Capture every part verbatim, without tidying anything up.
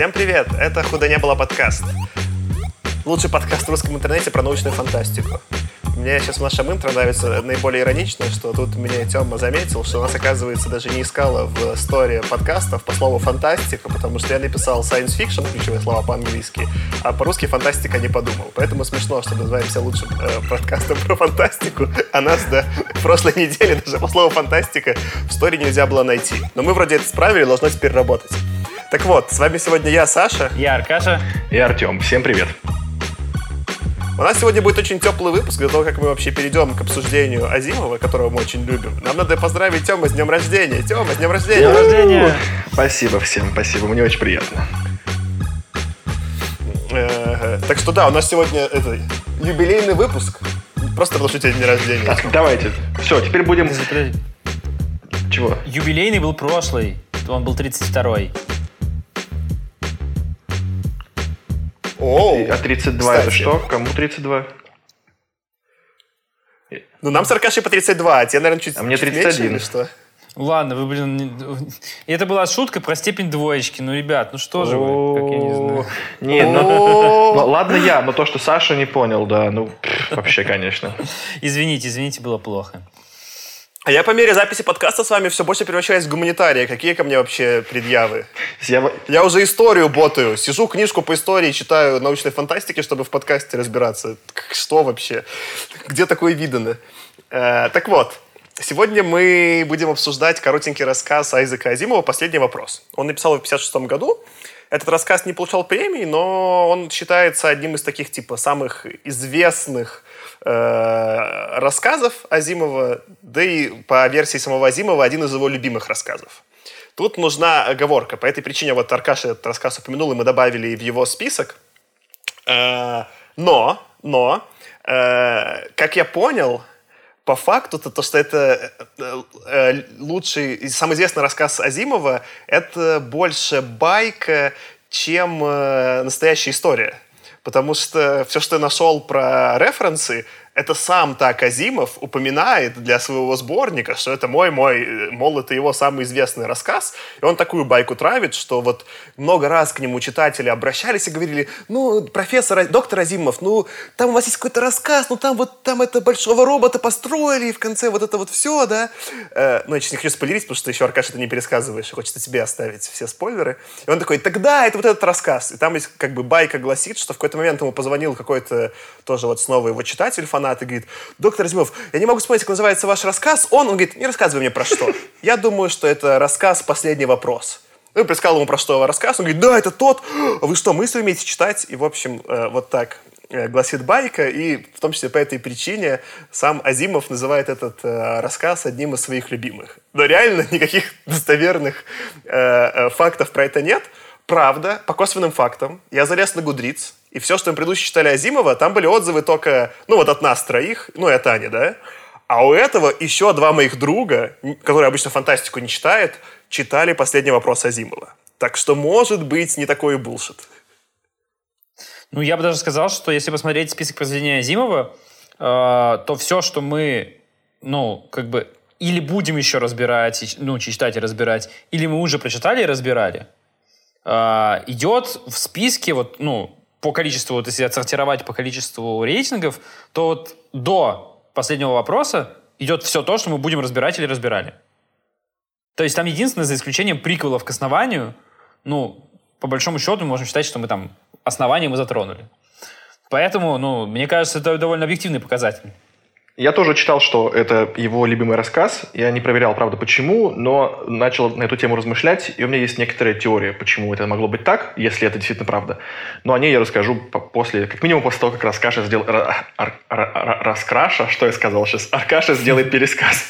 Всем привет! Это «Худо не было» подкаст. Лучший подкаст в русском интернете про научную фантастику. Мне сейчас в нашем интро нравится наиболее иронично, что тут меня Тёма заметил, что нас, оказывается, даже не искала в сторе подкастов по слову «фантастика», потому что я написал science fiction, ключевые слова по-английски, а по-русски «фантастика» не подумал. Поэтому смешно, что называемся лучшим э, подкастом про фантастику, а нас до прошлой недели даже по слову «фантастика» в сторе нельзя было найти. Но мы вроде это справили, должно теперь работать. Так вот, с вами сегодня я, Саша. Я Аркаша. И Артем. Всем привет. У нас сегодня будет очень теплый выпуск. До того, как мы вообще перейдем к обсуждению Азимова, которого мы очень любим, нам надо поздравить Тему с днем рождения. Тема, с днем рождения! С днем рождения! Спасибо всем, спасибо, мне очень приятно. Так что да, у нас сегодня это, юбилейный выпуск. Просто потому что у тебя день рождения. А, давайте, все, теперь будем... Чего? Юбилейный был прошлый, он был тридцать второй. Оу, а тридцать два кстати. Это что? Кому тридцать два? Ну, нам с Аркашей по тридцать два, а тебе, наверное, чуть, а мне чуть тридцать один. меньше, или что? Ладно, вы, блин... Не... Это была шутка про степень двоечки. Ну, ребят, ну что же вы, как я не знаю. Нет, ну, ну ладно я, но то, что Саша не понял, да, ну, вообще, конечно. Извините, извините, было плохо. А я по мере записи подкаста с вами все больше превращаюсь в гуманитария. Какие ко мне вообще предъявы? Я... я уже историю ботаю. Сижу, книжку по истории читаю научной фантастики, чтобы в подкасте разбираться. Что вообще? Где такое видано? Э, так вот, сегодня мы будем обсуждать коротенький рассказ Айзека Азимова «Последний вопрос». Он написал его в пятьдесят шестом году. Этот рассказ не получал премии, но он считается одним из таких типа самых известных э, рассказов Азимова, да и по версии самого Азимова один из его любимых рассказов. Тут нужна оговорка. По этой причине вот Аркаша этот рассказ упомянул, и мы добавили в его список. Э, но, но, э, как я понял, по факту, то, то что это э, лучший и самый известный рассказ Азимова, это больше байка, чем э, настоящая история. Потому что все, что я нашел про референсы, это сам так Азимов упоминает для своего сборника, что это мой-мой, мол, это его самый известный рассказ. И он такую байку травит, что вот много раз к нему читатели обращались и говорили: ну, профессор, доктор Азимов, ну, там у вас есть какой-то рассказ, ну, там вот там это большого робота построили, и в конце вот это вот все, да. Э, ну, я сейчас не хочу спойлерить, потому что еще, Аркаша, ты не пересказываешь, и хочется тебе оставить все спойлеры. И он такой: тогда это вот этот рассказ. И там есть как бы байка гласит, что в какой-то момент ему позвонил какой-то тоже вот снова его читатель, фанат, и говорит: доктор Азимов, я не могу вспомнить, как называется ваш рассказ. Он, он говорит: не рассказывай мне про что. Я думаю, что это рассказ «Последний вопрос». Ну, я предсказал ему, про что его рассказ. Он говорит: да, это тот. А вы что, мысли умеете читать? И, в общем, вот так гласит байка. И в том числе по этой причине сам Азимов называет этот рассказ одним из своих любимых. Но реально никаких достоверных фактов про это нет. Правда, по косвенным фактам, я залез на Goodreads, и все, что мы предыдущие читали Азимова, там были отзывы только, ну, вот от нас троих, ну, и от Ани, да? А у этого еще два моих друга, которые обычно фантастику не читают, читали «Последний вопрос» Азимова. Так что, может быть, не такой и булшит. Ну, я бы даже сказал, что если посмотреть список произведений Азимова, э, то все, что мы, ну, как бы, или будем еще разбирать, ну, читать и разбирать, или мы уже прочитали и разбирали, Uh, идет в списке, вот, ну, по количеству, вот если отсортировать по количеству рейтингов, то вот до последнего вопроса идет все то, что мы будем разбирать или разбирали. То есть там единственное, за исключением приквелов к основанию, ну, по большому счету мы можем считать, что мы там основание мы затронули. Поэтому, ну, мне кажется, это довольно объективный показатель. Я тоже читал, что это его любимый рассказ. Я не проверял, правда, почему, но начал на эту тему размышлять, и у меня есть некоторая теория, почему это могло быть так, если это действительно правда. Но о ней я расскажу после, как минимум после того, как Раскаша сделал... Ар, ар, ар, Раскраша, что я сказал сейчас? Аркаша сделает пересказ.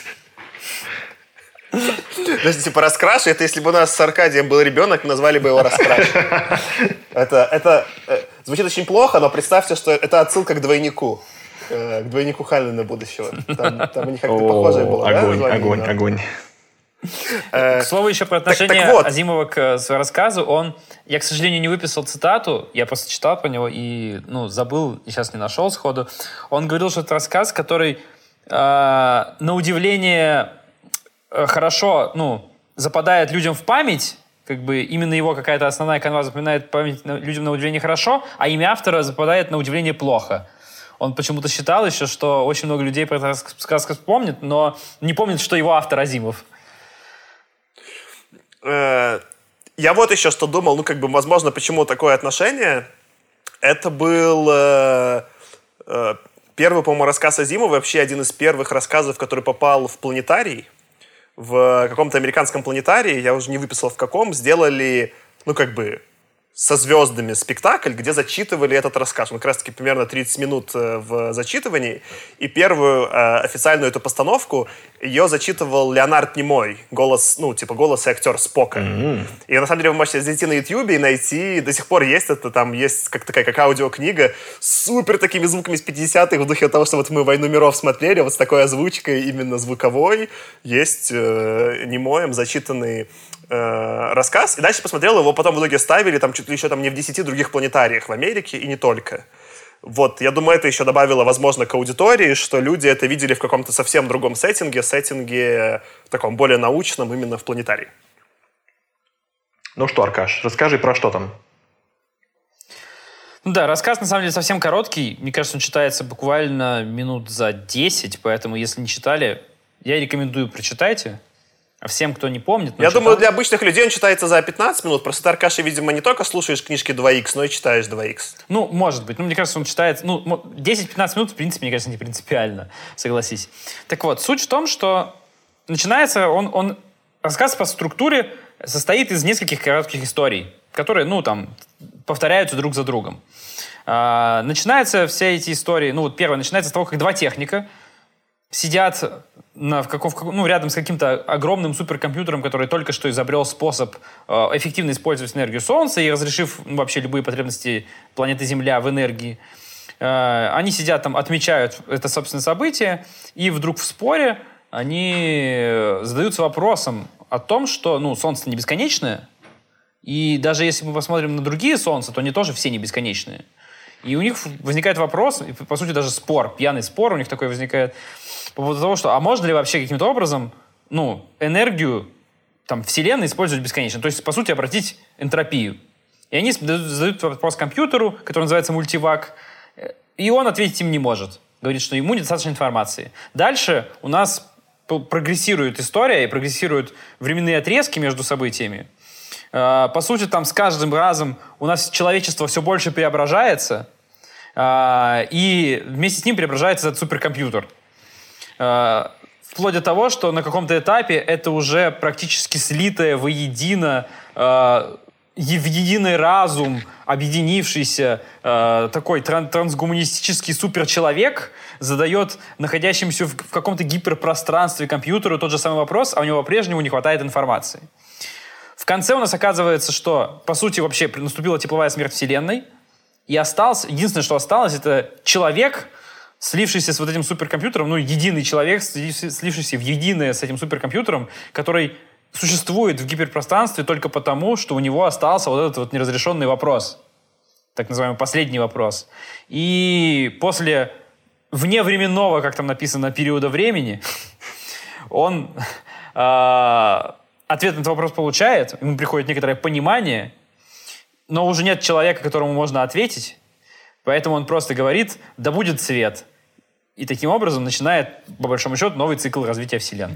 Подожди, типа Раскраша, это если бы у нас с Аркадием был ребенок, назвали бы его Раскраша. Это, это звучит очень плохо, но представьте, что это отсылка к двойнику. К двойнику Халлина будущего. Там, там у них как-то похожее было, огонь, да? Огонь, огонь, огонь. К слову, еще про отношение так, так вот. Азимова к своему рассказу. Он, я, к сожалению, не выписал цитату, я просто читал про него и, ну, забыл, и сейчас не нашел сходу. Он говорил, что это рассказ, который, э, на удивление, э, хорошо, ну, западает людям в память, как бы именно его какая-то основная канва запоминает память на, людям на удивление хорошо, а имя автора западает на удивление плохо. Он почему-то считал еще, что очень много людей про эту сказку помнят, но не помнят, что его автор Азимов. Я вот еще что думал, ну, как бы, возможно, почему такое отношение. Это был э, э, первый, по-моему, рассказ Азимова, вообще один из первых рассказов, который попал в планетарий. В каком-то американском планетарии, я уже не выписал в каком, сделали, ну, как бы, со звездами спектакль, где зачитывали этот рассказ. Он как раз-таки примерно тридцать минут в зачитывании. И первую э, официальную эту постановку ее зачитывал Леонард Немой. Голос, ну, типа голос и актер Спока. Mm-hmm. И на самом деле вы можете зайти на Ютьюбе и найти, до сих пор есть это, там есть как такая, как аудиокнига с супер такими звуками с пятидесятых, в духе того, что вот мы «Войну миров» смотрели, вот с такой озвучкой именно звуковой. Есть э, Немоем зачитанный рассказ, и дальше посмотрел, его потом в итоге ставили там чуть ли еще там не в десяти других планетариях в Америке, и не только. Вот, я думаю, это еще добавило, возможно, к аудитории, что люди это видели в каком-то совсем другом сеттинге, сеттинге таком более научном, именно в планетарии. Ну что, Аркаш, расскажи, про что там? Ну да, рассказ, на самом деле, совсем короткий. Мне кажется, он читается буквально минут за десять, поэтому, если не читали, я рекомендую, прочитайте. А всем, кто не помнит... Я читал... думаю, для обычных людей он читается за пятнадцать минут. Просто ты, Аркаша, видимо, не только слушаешь книжки два икс, но и читаешь два икс. Ну, может быть. Ну, мне кажется, он читается... Ну, десять-пятнадцать минут, в принципе, мне кажется, не принципиально. Согласись. Так вот, суть в том, что начинается он... он рассказ по структуре состоит из нескольких коротких историй, которые, ну, там, повторяются друг за другом. А, начинаются все эти истории... Ну, вот первое начинается с того, как два техника сидят на, в каком, в, ну, рядом с каким-то огромным суперкомпьютером, который только что изобрел способ э, эффективно использовать энергию Солнца и разрешив ну, вообще любые потребности планеты Земля в энергии. Э, они сидят там, отмечают это собственное событие, и вдруг в споре они задаются вопросом о том, что ну, Солнце не бесконечное, и даже если мы посмотрим на другие Солнца, то они тоже все не бесконечные. И у них возникает вопрос, и, по сути, даже спор, пьяный спор у них такой возникает, по поводу того, что, а можно ли вообще каким-то образом, ну, энергию, там, Вселенной использовать бесконечно? То есть, по сути, обратить энтропию. И они задают вопрос компьютеру, который называется мультивак, и он ответить им не может. Говорит, что ему недостаточно информации. Дальше у нас прогрессирует история и прогрессируют временные отрезки между событиями. По сути, там с каждым разом у нас человечество все больше преображается, и вместе с ним преображается этот суперкомпьютер. Вплоть до того, что на каком-то этапе это уже практически слитое воедино, в единый разум объединившийся такой трансгуманистический суперчеловек задает находящимся в каком-то гиперпространстве компьютеру тот же самый вопрос, а у него по-прежнему не хватает информации. В конце у нас оказывается, что, по сути, вообще наступила тепловая смерть Вселенной, и остался, единственное, что осталось, это человек, слившийся с вот этим суперкомпьютером, ну, единый человек, слившийся в единое с этим суперкомпьютером, который существует в гиперпространстве только потому, что у него остался вот этот вот неразрешенный вопрос, так называемый последний вопрос. И после вневременного, как там написано, периода времени, он ответ на этот вопрос получает, ему приходит некоторое понимание, но уже нет человека, которому можно ответить, поэтому он просто говорит «да будет свет». И таким образом начинает, по большому счету, новый цикл развития Вселенной.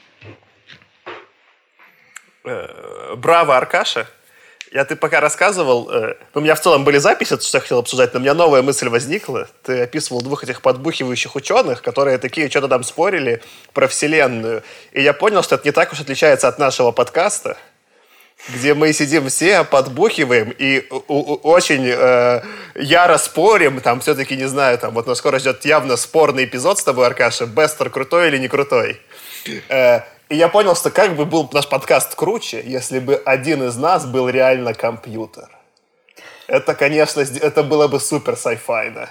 Браво, Аркаша. Я ты пока рассказывал, э, у меня в целом были записи, что я хотел обсуждать, но у меня новая мысль возникла. Ты описывал двух этих подбухивающих ученых, которые такие что-то там спорили про Вселенную. И я понял, что это не так уж отличается от нашего подкаста, где мы сидим все, подбухиваем и у- у- очень э, яро спорим, там все-таки, не знаю, там вот нас скоро ждет явно спорный эпизод с тобой, Аркаша, Бестер крутой или не крутой. Э, и я понял, что как бы был наш подкаст круче, если бы один из нас был реально компьютер. Это, конечно, это было бы супер сайфайно.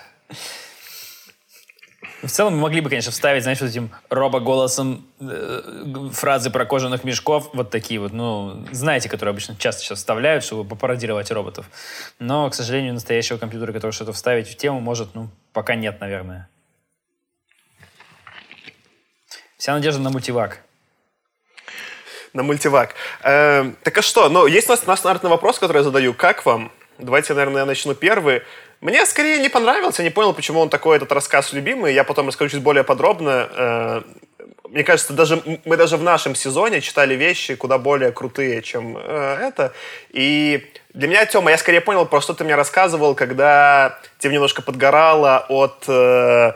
В целом мы могли бы, конечно, вставить, знаешь, вот этим робо-голосом э, фразы про кожаных мешков, вот такие вот, ну, знаете, которые обычно часто сейчас вставляют, чтобы попародировать роботов. Но, к сожалению, настоящего компьютера, который что-то вставить в тему может, ну, пока нет, наверное. Вся надежда на мультивак. на мультивак. Э, так а что? Ну, есть у нас, у нас стандартный вопрос, который я задаю. Как вам? Давайте, наверное, я начну первый. Мне скорее не понравился, я не понял, почему он такой, этот рассказ любимый. Я потом расскажу чуть более подробно. Э, мне кажется, даже мы даже в нашем сезоне читали вещи куда более крутые, чем э, это. И для меня, Тёма, я скорее понял, про что ты мне рассказывал, когда тебе немножко подгорало от... Э,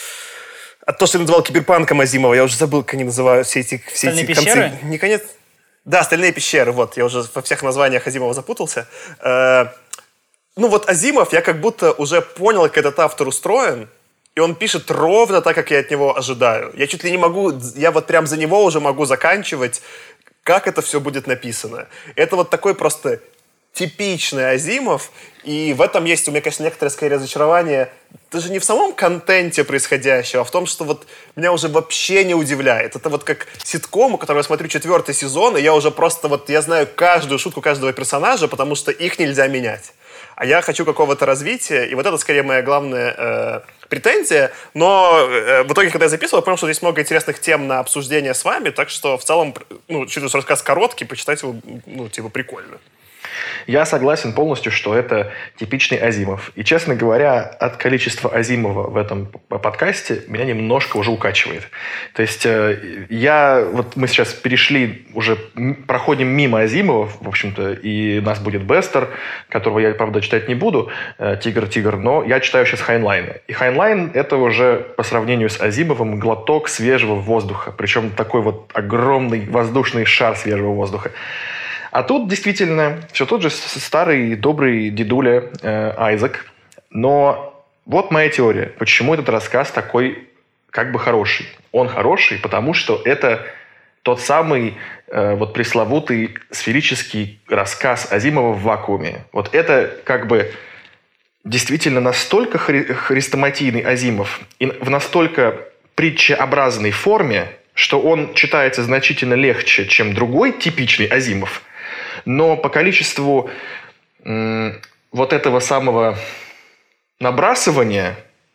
от того, что ты называл киберпанком Азимова. Я уже забыл, как они называют все эти, все эти пещеры? концы. Не конец... Да, «Стальные пещеры». Вот, я уже во всех названиях Азимова запутался. Э, ну вот Азимов, я как будто уже понял, как этот автор устроен, и он пишет ровно так, как я от него ожидаю. Я чуть ли не могу, я вот прям за него уже могу заканчивать, как это все будет написано. Это вот такой просто типичный Азимов, и в этом есть у меня, конечно, некоторое скорее разочарование, даже не в самом контенте происходящего, а в том, что вот меня уже вообще не удивляет. Это вот как ситком, у которого я смотрю четвертый сезон, и я уже просто вот, я знаю каждую шутку каждого персонажа, потому что их нельзя менять. А я хочу какого-то развития, и вот это скорее моя главная э, претензия. Но э, в итоге, когда я записывал, я понял, что здесь много интересных тем на обсуждение с вами, так что в целом, ну, чуть-чуть рассказ короткий, почитать его, ну, типа, прикольно. Я согласен полностью, что это типичный Азимов. И, честно говоря, от количества Азимова в этом подкасте меня немножко уже укачивает. То есть я... Вот мы сейчас перешли, уже проходим мимо Азимова, в общем-то, и у нас будет Бестер, которого я, правда, читать не буду, Тигр-Тигр, но я читаю сейчас Хайнлайна. И Хайнлайн — это уже по сравнению с Азимовым глоток свежего воздуха. Причем такой вот огромный воздушный шар свежего воздуха. А тут действительно все тот же старый добрый дедуля э, Айзек. Но вот моя теория. Почему этот рассказ такой как бы хороший? Он хороший, потому что это тот самый э, вот пресловутый сферический рассказ Азимова в вакууме. Вот это как бы действительно настолько хри- хрестоматийный Азимов и в настолько притчеобразной форме, что он читается значительно легче, чем другой типичный Азимов. Но по количеству м, вот этого самого набрасывания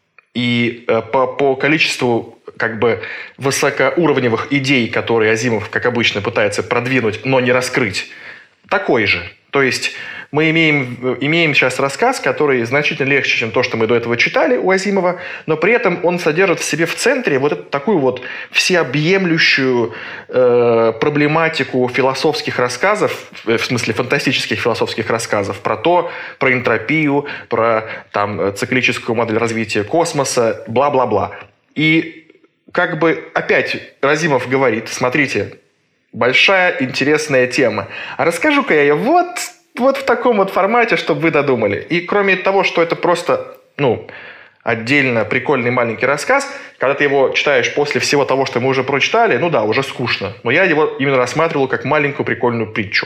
и э, по, по количеству как бы высокоуровневых идей, которые Азимов, как обычно, пытается продвинуть, но не раскрыть, такой же. То есть мы имеем, имеем сейчас рассказ, который значительно легче, чем то, что мы до этого читали у Азимова, но при этом он содержит в себе в центре вот эту такую вот всеобъемлющую э, проблематику философских рассказов, в смысле фантастических философских рассказов, про то, про энтропию, про там, циклическую модель развития космоса, бла-бла-бла. И как бы опять Азимов говорит, смотрите, большая интересная тема. А расскажу-ка я ее вот, вот в таком вот формате, чтобы вы додумали. И кроме того, что это просто, ну, отдельно прикольный маленький рассказ, когда ты его читаешь после всего того, что мы уже прочитали, ну да, уже скучно. Но я его именно рассматривал как маленькую прикольную притчу.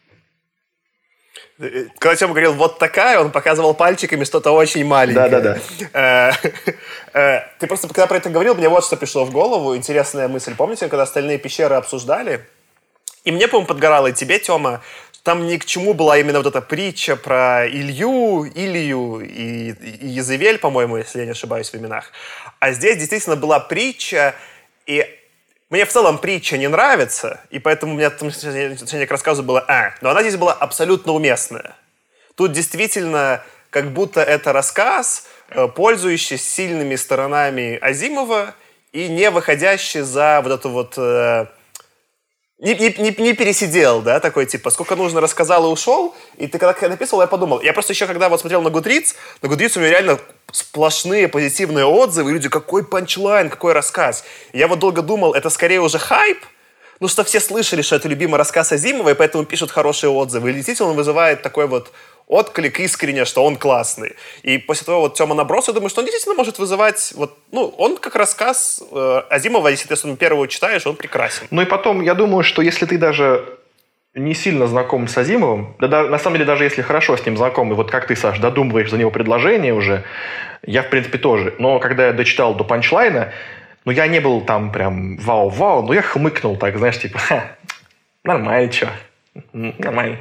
Когда Тёма говорил «вот такая», он показывал пальчиками что-то очень маленькое. Да-да-да. Ты просто, когда про это говорил, мне вот что пришло в голову. Интересная мысль. Помните, когда «Стальные пещеры» обсуждали? И мне, по-моему, подгорало, и тебе, Тёма, там ни к чему была именно вот эта притча про Илью, Илью и, и Езавель, по-моему, если я не ошибаюсь в именах. А здесь действительно была притча, и мне в целом притча не нравится, и поэтому у меня отношение к рассказу было «а». Но она здесь была абсолютно уместная. Тут действительно как будто это рассказ, пользующийся сильными сторонами Азимова и не выходящий за вот эту вот... Не, не, не пересидел, да, такой, типа, сколько нужно рассказал и ушел. И ты когда написал, я подумал. Я просто еще, когда вот смотрел на Goodreads, на Goodreads у меня реально сплошные позитивные отзывы. И люди, какой панчлайн, какой рассказ. И я вот долго думал, это скорее уже хайп, ну, что все слышали, что это любимый рассказ Азимова, и поэтому пишут хорошие отзывы. И действительно он вызывает такой вот отклик искренне, что он классный. И после того вот Тёма наброс, я думаю, что он действительно может вызывать... Вот, ну, он как рассказ э, Азимова, если ты, соответственно, первого читаешь, он прекрасен. Ну и потом, я думаю, что если ты даже не сильно знаком с Азимовым, да, да, на самом деле, даже если хорошо с ним знаком, и вот как ты, Саш, додумываешь за него предложение уже, я, в принципе, тоже. Но когда я дочитал до панчлайна, ну, я не был там прям вау-вау, но я хмыкнул так, знаешь, типа, ха, нормально, чё, нормально.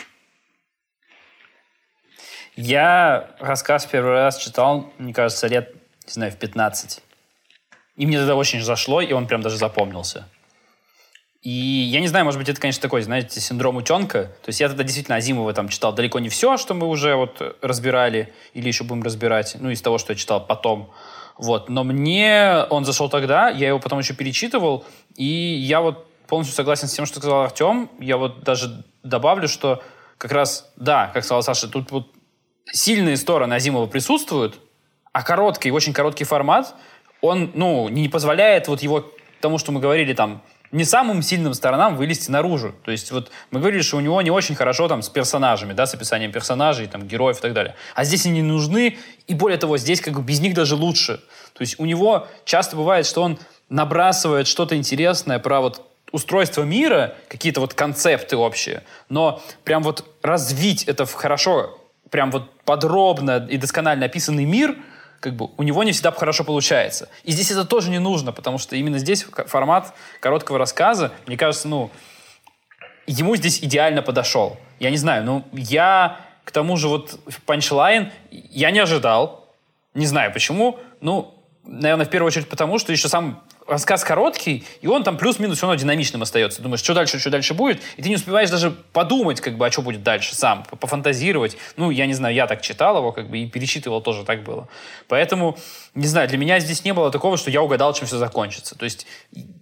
Я рассказ первый раз читал, мне кажется, лет, не знаю, в пятнадцать. И мне тогда очень зашло, и он прям даже запомнился. И я не знаю, может быть, это, конечно, такой, знаете, синдром утенка. То есть я тогда действительно Азимова там читал далеко не все, что мы уже вот разбирали или еще будем разбирать, ну, из того, что я читал потом. Вот. Но мне он зашел тогда, я его потом еще перечитывал, и я вот полностью согласен с тем, что сказал Артем. Я вот даже добавлю, что как раз, да, как сказал Саша, тут вот сильные стороны Азимова присутствуют, а короткий, очень короткий формат, он, ну, не позволяет вот его, тому, что мы говорили там, не самым сильным сторонам вылезти наружу. То есть вот мы говорили, что у него не очень хорошо там с персонажами, да, с описанием персонажей, там, героев и так далее. А здесь они нужны, и более того, здесь как бы без них даже лучше. То есть у него часто бывает, что он набрасывает что-то интересное про вот устройство мира, какие-то вот концепты общие, но прям вот развить это в хорошо, прям вот подробно и досконально описанный мир, как бы у него не всегда хорошо получается. И здесь это тоже не нужно, потому что именно здесь формат короткого рассказа, мне кажется, ну, ему здесь идеально подошел. Я не знаю, ну, я к тому же вот панчлайн я не ожидал, не знаю почему, ну, наверное, в первую очередь потому, что еще сам рассказ короткий, и он там плюс-минус все равно динамичным остается. Думаешь, что дальше, что дальше будет, и ты не успеваешь даже подумать, как бы, а что будет дальше сам, пофантазировать. Ну, я не знаю, я так читал его, как бы, и перечитывал тоже так было. Поэтому, не знаю, для меня здесь не было такого, что я угадал, чем все закончится. То есть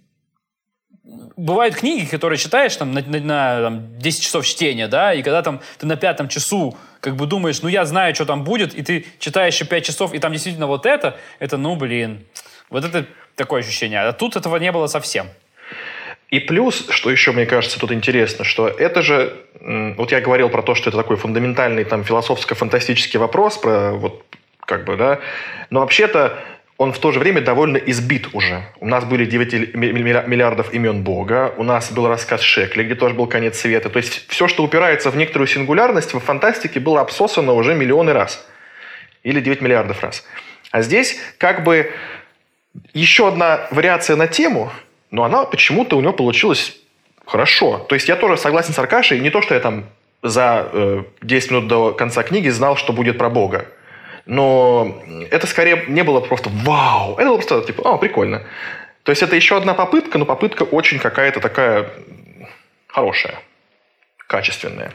бывают книги, которые читаешь там, на, на, на там, десять часов чтения, да, и когда там ты на пятом часу как бы думаешь, ну, я знаю, что там будет, и ты читаешь еще пять часов, и там действительно вот это, это, ну, блин, вот это такое ощущение. А тут этого не было совсем. И плюс, что еще, мне кажется, тут интересно, что это же... Вот я говорил про то, что это такой фундаментальный там философско-фантастический вопрос, про вот как бы, да, но вообще-то он в то же время довольно избит уже. У нас были девять миллиардов имен Бога, у нас был рассказ Шекли, где тоже был конец света. То есть все, что упирается в некоторую сингулярность, в фантастике было обсосано уже миллионы раз. Или девять миллиардов раз. А здесь как бы еще одна вариация на тему, но она почему-то у него получилась хорошо. То есть я тоже согласен с Аркашей. Не то, что я там за э, десять минут до конца книги знал, что будет про Бога. Но это скорее не было просто «вау». Это было просто типа «о, прикольно». То есть это еще одна попытка, но попытка очень какая-то такая хорошая, качественная.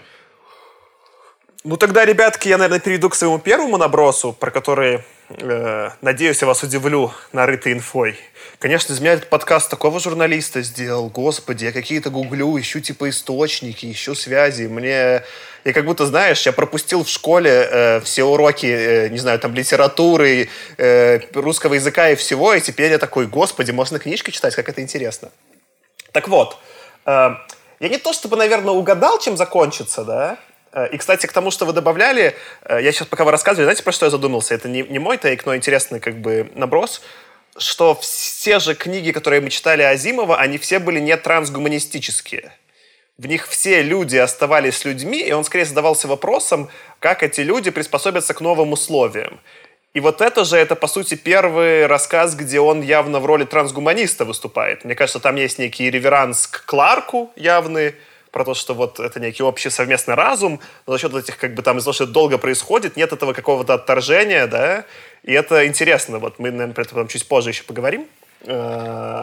Ну тогда, ребятки, я, наверное, перейду к своему первому набросу, про который, э, надеюсь, я вас удивлю нарытой инфой. Конечно, из меня этот подкаст такого журналиста сделал. Господи, я какие-то гуглю, ищу типа источники, ищу связи. Мне... Я как будто, знаешь, я пропустил в школе э, все уроки, э, не знаю, там, литературы, э, русского языка и всего, и теперь я такой, господи, можно книжки читать, как это интересно. Так вот, э, я не то чтобы, наверное, угадал, чем закончится, да. И, кстати, к тому, что вы добавляли, я сейчас, пока вы рассказывали, знаете, про что я задумался? Это не, не мой тейк, но интересный как бы наброс, что все же книги, которые мы читали Азимова, они все были не трансгуманистические. В них все люди оставались людьми, и он скорее задавался вопросом, как эти люди приспособятся к новым условиям. И вот это же, это, по сути, первый рассказ, где он явно в роли трансгуманиста выступает. Мне кажется, там есть некий реверанс к Кларку явный, про то, что вот это некий общий совместный разум, но за счет этих, как бы там, из-за того, что это долго происходит, нет этого какого-то отторжения, да, и это интересно. Вот мы, наверное, про это потом чуть позже еще поговорим. А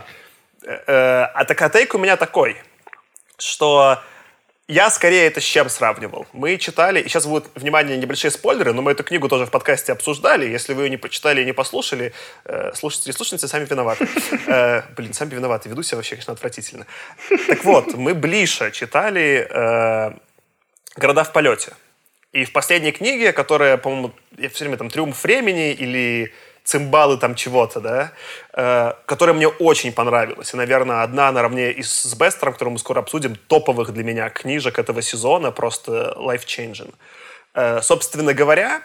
так тейк у меня такой, что я скорее это с чем сравнивал. Мы читали, и сейчас будут, внимание, небольшие спойлеры, но мы эту книгу тоже в подкасте обсуждали. Если вы ее не прочитали и не послушали, э, слушатели и слушательницы сами виноваты. Э, блин, сами виноваты. Веду себя вообще, конечно, отвратительно. Так вот, мы ближе читали э, «Города в полете». И в последней книге, которая, по-моему, я все время там «Триумф времени» или «Цимбалы» там чего-то, да, э, которая мне очень понравилась. И, наверное, одна наравне и с «Бестером», которую мы скоро обсудим, топовых для меня книжек этого сезона, просто life-changing. Э, собственно говоря,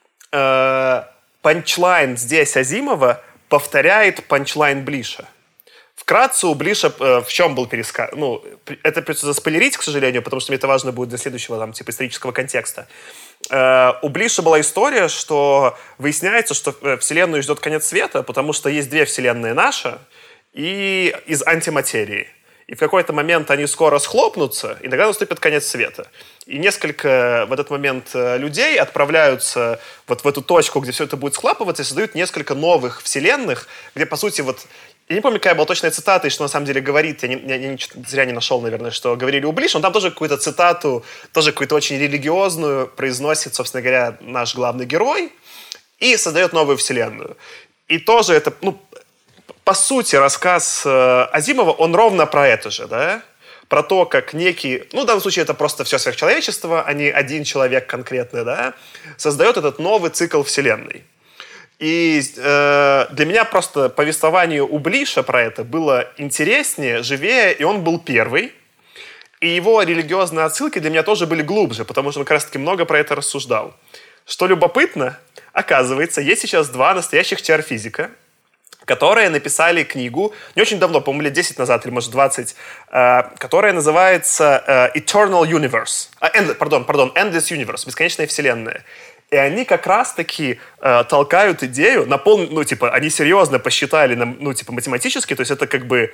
э, панчлайн здесь Азимова повторяет панчлайн Блиша. Вкратце у Блиша э, в чем был пересказ? Ну, это придется заспойлерить, к сожалению, потому что мне это важно будет для следующего там, типа, исторического контекста. Э, у Блиша была история, что выясняется, что Вселенную ждет конец света, потому что есть две Вселенные: наша и из антиматерии. И в какой-то момент они скоро схлопнутся, и тогда наступит конец света. И несколько в этот момент людей отправляются вот в эту точку, где все это будет схлапываться, и создают несколько новых вселенных, где, по сути, вот Я не помню, какая была точная цитата, и что на самом деле говорит, я, не, я, я зря не нашел, наверное, что говорили у Блиш, он там тоже какую-то цитату, тоже какую-то очень религиозную произносит, собственно говоря, наш главный герой, и создает новую вселенную. И тоже это, ну, по сути, рассказ э, Азимова, он ровно про это же, да? Про то, как некий, ну, в данном случае это просто все сверхчеловечество, а не один человек конкретный, да, создает этот новый цикл вселенной. И э, для меня просто повествование у Блиша про это было интереснее, живее, и он был первый. И его религиозные отсылки для меня тоже были глубже, потому что он как раз-таки много про это рассуждал. Что любопытно, оказывается, есть сейчас два настоящих теорфизика, которые написали книгу не очень давно, по-моему, лет десять назад, или, может, двадцать, э, которая называется э, Eternal Universe. А, end, пардон, пардон, Endless Universe, Бесконечная Вселенная. И они как раз-таки э, толкают идею на пол... Ну, типа, они серьезно посчитали, ну, типа, математически, то есть это как бы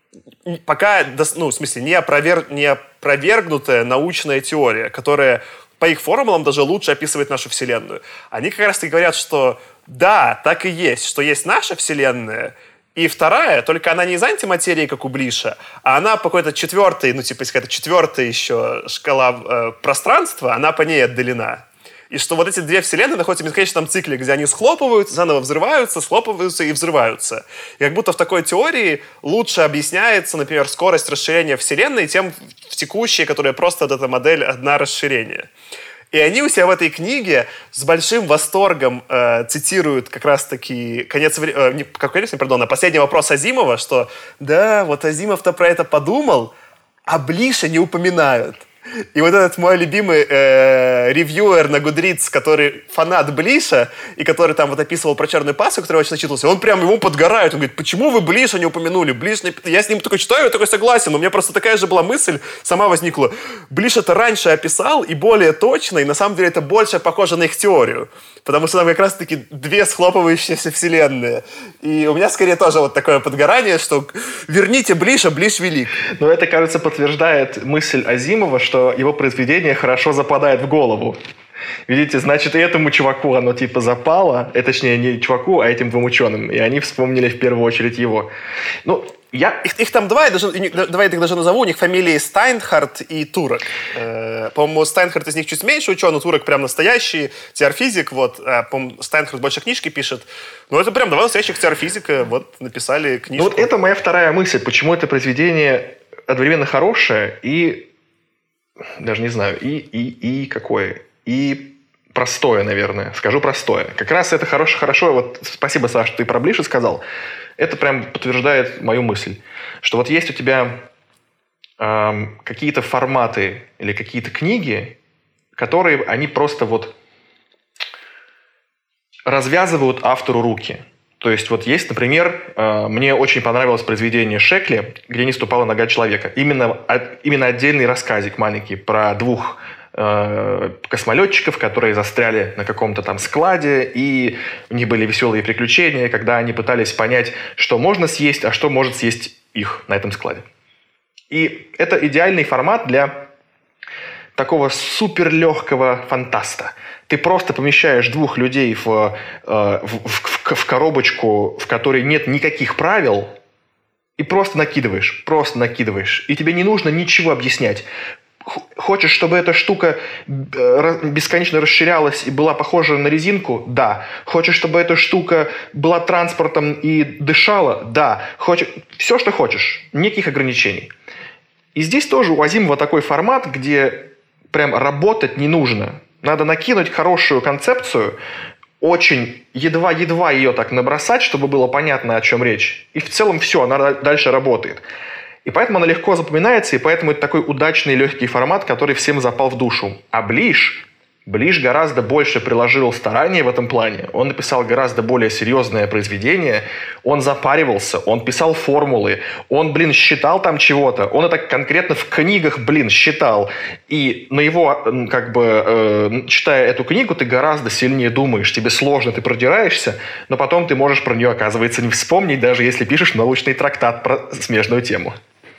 пока, ну, в смысле, не, опровер... не опровергнутая научная теория, которая по их формулам даже лучше описывает нашу Вселенную. Они как раз-таки говорят, что да, так и есть, что есть наша Вселенная, и вторая, только она не из антиматерии, как у Блиша, а она по какой-то четвертой, ну, типа, какая-то четвертая еще шкала э, пространства, она по ней отдалена. И что вот эти две вселенные находятся в бесконечном цикле, где они схлопываются, заново взрываются, схлопываются и взрываются. И как будто в такой теории лучше объясняется, например, скорость расширения вселенной, чем в текущей, которая просто вот эта модель одна расширение. И они у себя в этой книге с большим восторгом э, цитируют как раз-таки конец, э, не, как конец, пардон, а последний вопрос Азимова, что да, вот Азимов-то про это подумал, а Блиша не упоминают. И вот этот мой любимый э, ревьюер на Goodreads, который фанат Блиша, и который там вот описывал про черную пассу, который очень начитался, он прям ему подгорает. Он говорит, почему вы Блиша не упомянули? Блиш не... Я с ним такой читаю, я такой согласен, но у меня просто такая же была мысль, сама возникла. Блиш это раньше описал, и более точно, и на самом деле это больше похоже на их теорию. Потому что там как раз-таки две схлопывающиеся вселенные. И у меня скорее тоже вот такое подгорание, что верните Блиша, Блиш велик. Но это, кажется, подтверждает мысль Азимова, что его произведение хорошо западает в голову. Видите, значит, и этому чуваку оно типа запало, э, точнее, не чуваку, а этим двум ученым. И они вспомнили в первую очередь его. Ну, я... Их, их там два, я даже, давай я их даже назову, у них фамилии Стайнхарт и Турок. Э, по-моему, Стайнхарт из них чуть меньше ученый, Турок прям настоящий теорфизик, вот. А, по-моему, Стайнхарт больше книжки пишет. Ну, это прям два настоящих теорфизика, вот, написали книжку. Ну, вот это моя вторая мысль, почему это произведение одновременно хорошее и, даже не знаю, и, и, и какое... И простое, наверное. Скажу простое. Как раз это хорошо, хорошо. Вот спасибо, Саш, что ты про Блиша сказал. Это прям подтверждает мою мысль. Что вот есть у тебя эм, какие-то форматы или какие-то книги, которые они просто вот развязывают автору руки. То есть вот есть, например, э, мне очень понравилось произведение Шекли, где не ступала нога человека. Именно, именно отдельный рассказик маленький про двух космолетчиков, которые застряли на каком-то там складе, и у них были веселые приключения, когда они пытались понять, что можно съесть, а что может съесть их на этом складе. И это идеальный формат для такого суперлегкого фантаста. Ты просто помещаешь двух людей в, в, в, в коробочку, в которой нет никаких правил, и просто накидываешь, просто накидываешь. И тебе не нужно ничего объяснять. Хочешь, чтобы эта штука бесконечно расширялась и была похожа на резинку? Да. Хочешь, чтобы эта штука была транспортом и дышала? Да. Хочешь... Все, что хочешь. Никаких ограничений. И здесь тоже у Азимова такой формат, где прям работать не нужно. Надо накинуть хорошую концепцию, очень едва-едва ее так набросать, чтобы было понятно, о чем речь. И в целом все, она дальше работает. И поэтому она легко запоминается, и поэтому это такой удачный легкий формат, который всем запал в душу. А Блиш, Блиш гораздо больше приложил старания в этом плане. Он написал гораздо более серьезное произведение. Он запаривался, он писал формулы, он, блин, считал там чего-то. Он это конкретно в книгах, блин, считал. И на его, как бы, э, читая эту книгу, ты гораздо сильнее думаешь. Тебе сложно, ты продираешься, но потом ты можешь про нее, оказывается, не вспомнить, даже если пишешь научный трактат про смежную тему.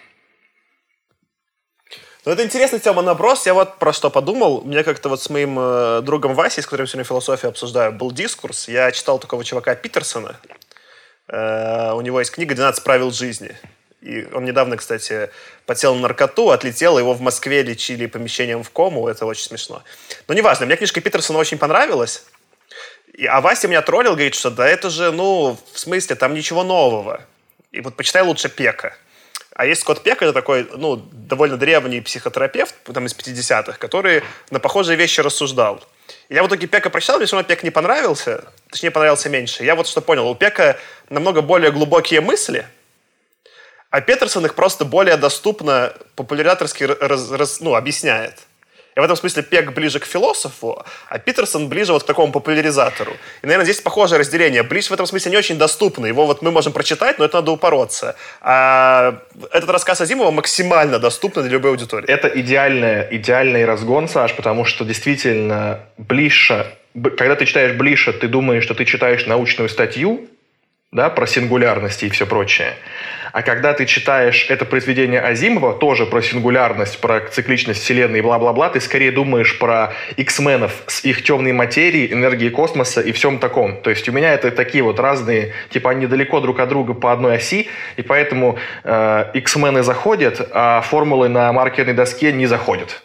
Ну, это интересный тема наброс. Я вот про что подумал. У меня как-то вот с моим э, другом Васей, с которым сегодня философию обсуждаю, был дискурс. Я читал такого чувака Питерсона. Э, у него есть книга «двенадцать правил жизни». И он недавно, кстати, подсел на наркоту, отлетел, его в Москве лечили помещением в кому. Это очень смешно. Но неважно, мне книжка Питерсона очень понравилась. И, а Вася меня троллил, говорит, что да это же, ну, в смысле, там ничего нового. И вот почитай лучше Пека. А есть Скотт Пек, это такой, ну, довольно древний психотерапевт, там, из пятидесятых, который на похожие вещи рассуждал. И я в итоге Пека прочитал, мне все равно Пек не понравился, точнее, понравился меньше. Я вот что понял, у Пека намного более глубокие мысли, а Петерсон их просто более доступно, популяризаторски раз, раз, ну, объясняет. И в этом смысле Пек ближе к философу, а Питерсон ближе вот к такому популяризатору. И, наверное, здесь похожее разделение. Ближе в этом смысле не очень доступно. Его вот мы можем прочитать, но это надо упороться. А этот рассказ Азимова максимально доступный для любой аудитории. Это идеальный, идеальный разгон, Саш, потому что действительно ближе, когда ты читаешь ближе, ты думаешь, что ты читаешь научную статью, да, про сингулярность и все прочее. А когда ты читаешь это произведение Азимова, тоже про сингулярность, про цикличность Вселенной и бла-бла-бла, ты скорее думаешь про X-менов с их темной материей, энергией космоса и всем таком. То есть у меня это такие вот разные, типа они далеко друг от друга по одной оси, и поэтому э, X-мены заходят, а формулы на маркерной доске не заходят.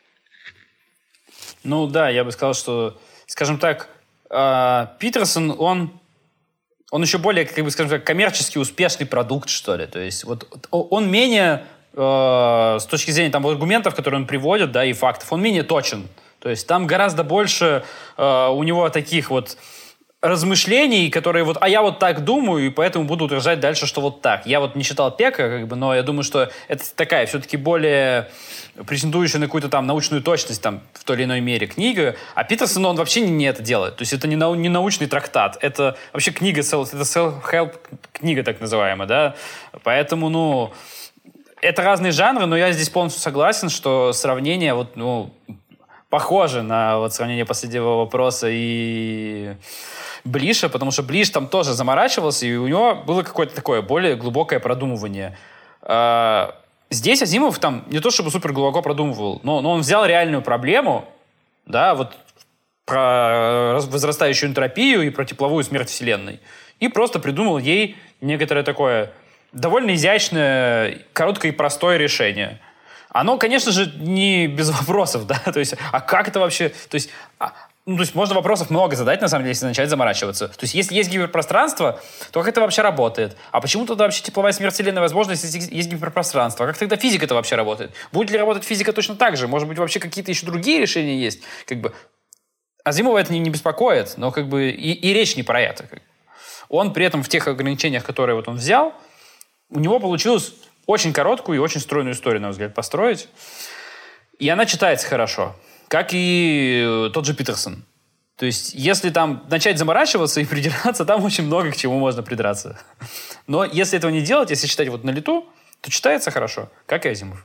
Ну да, я бы сказал, что, скажем так, э, Питерсон, он... Он еще более, как бы, скажем так, коммерчески успешный продукт, что ли. То есть вот он менее, э, с точки зрения там, аргументов, которые он приводит, да, и фактов, он менее точен. То есть там гораздо больше э, у него таких вот размышлений, которые вот, а я вот так думаю, и поэтому буду утверждать дальше, что вот так. Я вот не читал Пека, как бы, но я думаю, что это такая все-таки более претендующая на какую-то там научную точность там в той или иной мере книга, а Питерсон, он вообще не, не это делает. То есть это не, нау, не научный трактат, это вообще книга, это self-help книга так называемая, да. Поэтому, ну, это разные жанры, но я здесь полностью согласен, что сравнение вот, ну, похоже на вот сравнение последнего вопроса и Блиша, потому что Блиш там тоже заморачивался, и у него было какое-то такое более глубокое продумывание. Здесь Азимов там не то чтобы супер глубоко продумывал, но, но он взял реальную проблему, да, вот про возрастающую энтропию и про тепловую смерть Вселенной, и просто придумал ей некоторое такое довольно изящное, короткое и простое решение. Оно, конечно же, не без вопросов, да, то есть, а как это вообще, то есть, а, ну, то есть можно вопросов много задать, на самом деле, если начать заморачиваться. То есть если есть гиперпространство, то как это вообще работает? А почему тогда вообще тепловая смерть Вселенной возможна, если есть гиперпространство? А как тогда физика это вообще работает? Будет ли работать физика точно так же? Может быть, вообще какие-то еще другие решения есть? Как бы Азимова это не, не беспокоит, но как бы и, и речь не про это. Как бы. Он при этом в тех ограничениях, которые вот он взял, у него получилось очень короткую и очень стройную историю, на мой взгляд, построить. И она читается хорошо. Как и тот же Питерсон. То есть, если там начать заморачиваться и придираться, там очень много к чему можно придраться. Но если этого не делать, если читать вот на лету, то читается хорошо, как и Азимов.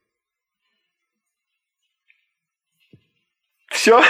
Все?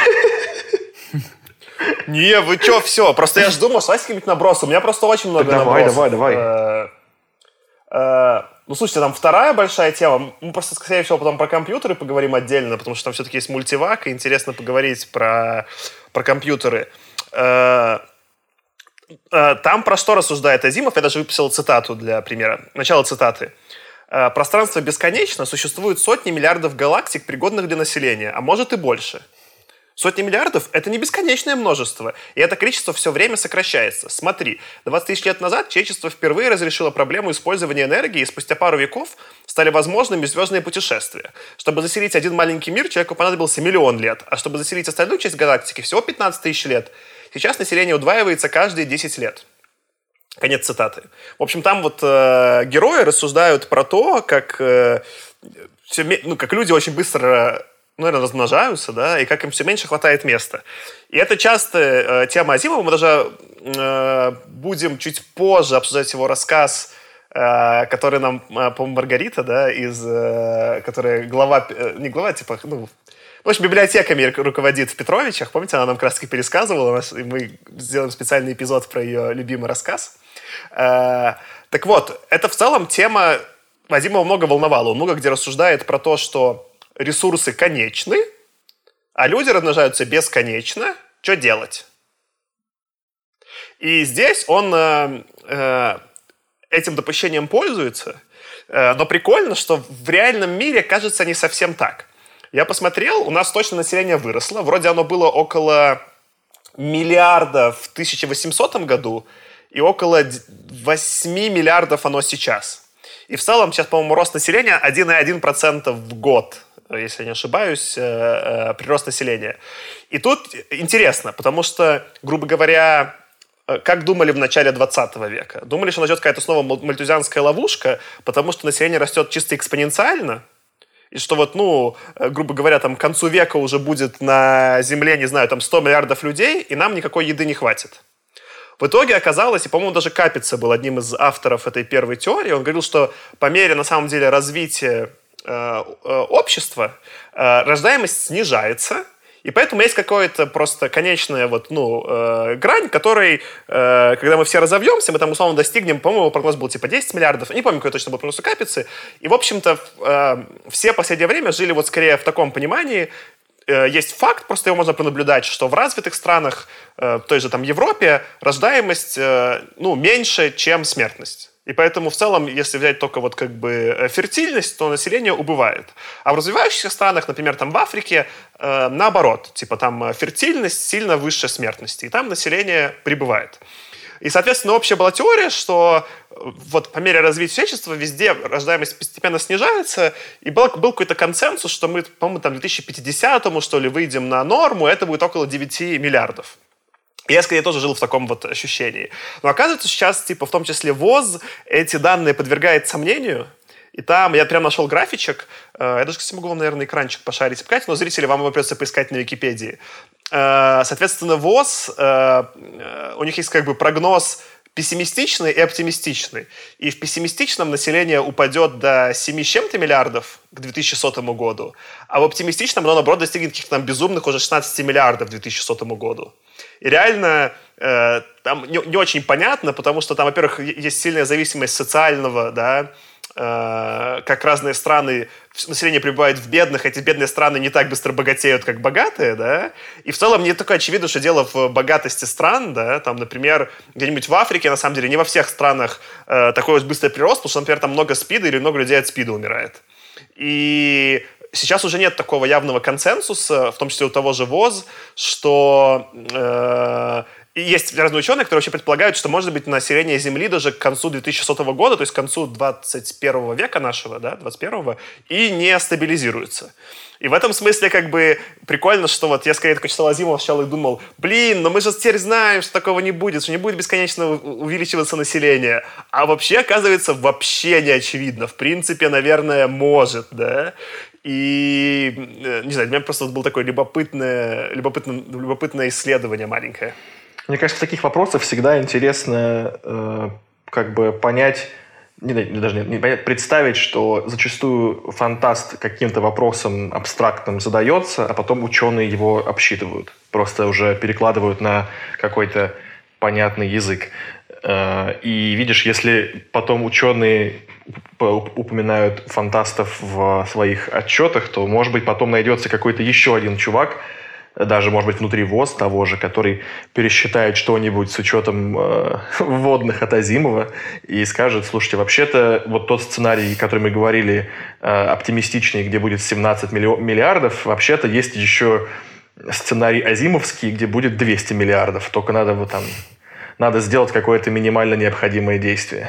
Не, вы чё, все. Просто я ж думал, что какие-нибудь набросы. У меня просто очень много давай, набросов. Давай, давай, давай. Ну, слушайте, там вторая большая тема. Мы просто, скорее всего, потом про компьютеры поговорим отдельно, потому что там все-таки есть мультивак, и интересно поговорить про, про компьютеры. Там про что рассуждает Азимов? Я даже выписал цитату для примера. Начало цитаты. «Пространство бесконечно, существует сотни миллиардов галактик, пригодных для населения, а может и больше». Сотни миллиардов – это не бесконечное множество, и это количество все время сокращается. Смотри, двадцать тысяч лет назад человечество впервые разрешило проблему использования энергии, и спустя пару веков стали возможными звездные путешествия. Чтобы заселить один маленький мир, человеку понадобился миллион лет, а чтобы заселить остальную часть галактики, всего пятнадцать тысяч лет. Сейчас население удваивается каждые десять лет. Конец цитаты. В общем, там вот э, герои рассуждают про то, как, э, все, ну, как люди очень быстро... ну, наверное, размножаются, да, и как им все меньше хватает места. И это часто э, тема Азимова. Мы даже э, будем чуть позже обсуждать его рассказ, э, который нам, э, по-моему, Маргарита, да, из, э, которая глава, э, не глава, типа, ну, в общем, библиотеками руководит в Петровичах. Помните, она нам как раз-таки пересказывала, и мы сделаем специальный эпизод про ее любимый рассказ. Э, так вот, это в целом тема Азимова много волновала. Он много где рассуждает про то, что ресурсы конечны, а люди размножаются бесконечно. Что делать? И здесь он э, э, этим допущением пользуются, э, но прикольно, что в реальном мире кажется не совсем так. Я посмотрел, у нас точно население выросло. Вроде оно было около миллиарда в тысяча восьмисотом году и около восемь миллиардов оно сейчас. И в целом сейчас, по-моему, рост населения один целых одна десятая процента в год, если я не ошибаюсь, прирост населения. И тут интересно, потому что, грубо говоря, как думали в начале двадцатого века? Думали, что начнется какая-то снова мальтузианская ловушка, потому что население растет чисто экспоненциально, и что вот, ну, грубо говоря, там, к концу века уже будет на Земле, не знаю, там сто миллиардов людей, и нам никакой еды не хватит. В итоге оказалось, и, по-моему, даже Капица был одним из авторов этой первой теории, он говорил, что по мере, на самом деле, развития э, э, общества э, рождаемость снижается, и поэтому есть какая-то просто конечная вот, ну, э, грань, которой, э, когда мы все разовьемся, мы там условно достигнем, по-моему, его прогноз был типа десять миллиардов, не помню, какой точно был прогноз у Капицы, и, в общем-то, э, все в последнее время жили вот скорее в таком понимании. Есть факт, просто его можно пронаблюдать, что в развитых странах, в той же там Европе, рождаемость, ну, меньше, чем смертность. И поэтому в целом, если взять только вот как бы фертильность, то население убывает. А в развивающихся странах, например, там в Африке, наоборот, типа там фертильность сильно выше смертности, и там население прибывает. И, соответственно, общая была теория, что вот по мере развития человечества везде рождаемость постепенно снижается, и был, был какой-то консенсус, что мы, по-моему, там, к две тысячи пятидесятому, что ли, выйдем на норму, это будет около девять миллиардов. И я, скорее, тоже жил в таком вот ощущении. Но оказывается, сейчас, типа, в том числе ВОЗ эти данные подвергает сомнению. И там я прям нашел графичек. Я даже, кстати, могу вам, наверное, экранчик пошарить и показать, но зрители, вам его придется поискать на Википедии. Соответственно, ВОЗ, у них есть как бы прогноз пессимистичный и оптимистичный. И в пессимистичном население упадет до семь с чем-то миллиардов к две тысячи сотому году, а в оптимистичном оно, наоборот, достигнет каких-то там безумных уже шестнадцать миллиардов к две тысячи сотому году. И реально э, там не, не очень понятно, потому что там, во-первых, есть сильная зависимость социального, да, э, как разные страны, население пребывает в бедных, эти бедные страны не так быстро богатеют, как богатые, да, и в целом не такое очевидно, что дело в богатости стран, да, там, например, где-нибудь в Африке, на самом деле, не во всех странах э, такой вот быстрый прирост, потому что, например, там много СПИДа или много людей от СПИДа умирает. И сейчас уже нет такого явного консенсуса, в том числе у того же ВОЗ, что э, есть разные ученые, которые вообще предполагают, что может быть население Земли даже к концу две тысячи сотого года, то есть к концу двадцать первого века нашего, да, двадцать первого, и не стабилизируется. И в этом смысле как бы прикольно, что вот я скорее такой читал Азимова сначала и думал, блин, но мы же теперь знаем, что такого не будет, что не будет бесконечно увеличиваться население. А вообще, оказывается, вообще не очевидно. В принципе, наверное, может, да. И, не знаю, для меня просто было такое любопытное, любопытное, любопытное исследование маленькое. Мне кажется, в таких вопросах всегда интересно э, как бы понять, не, даже не, не понять, представить, что зачастую фантаст каким-то вопросом абстрактным задается, а потом ученые его обсчитывают. Просто уже перекладывают на какой-то понятный язык. Э, и видишь, если потом ученые упоминают фантастов в своих отчетах, то, может быть, потом найдется какой-то еще один чувак, даже, может быть, внутри ВОЗ того же, который пересчитает что-нибудь с учетом э, вводных от Азимова и скажет, слушайте, вообще-то вот тот сценарий, который мы говорили, э, оптимистичный, где будет семнадцать миллиардов, вообще-то есть еще сценарий азимовский, где будет двести миллиардов, только надо вот там, надо сделать какое-то минимально необходимое действие.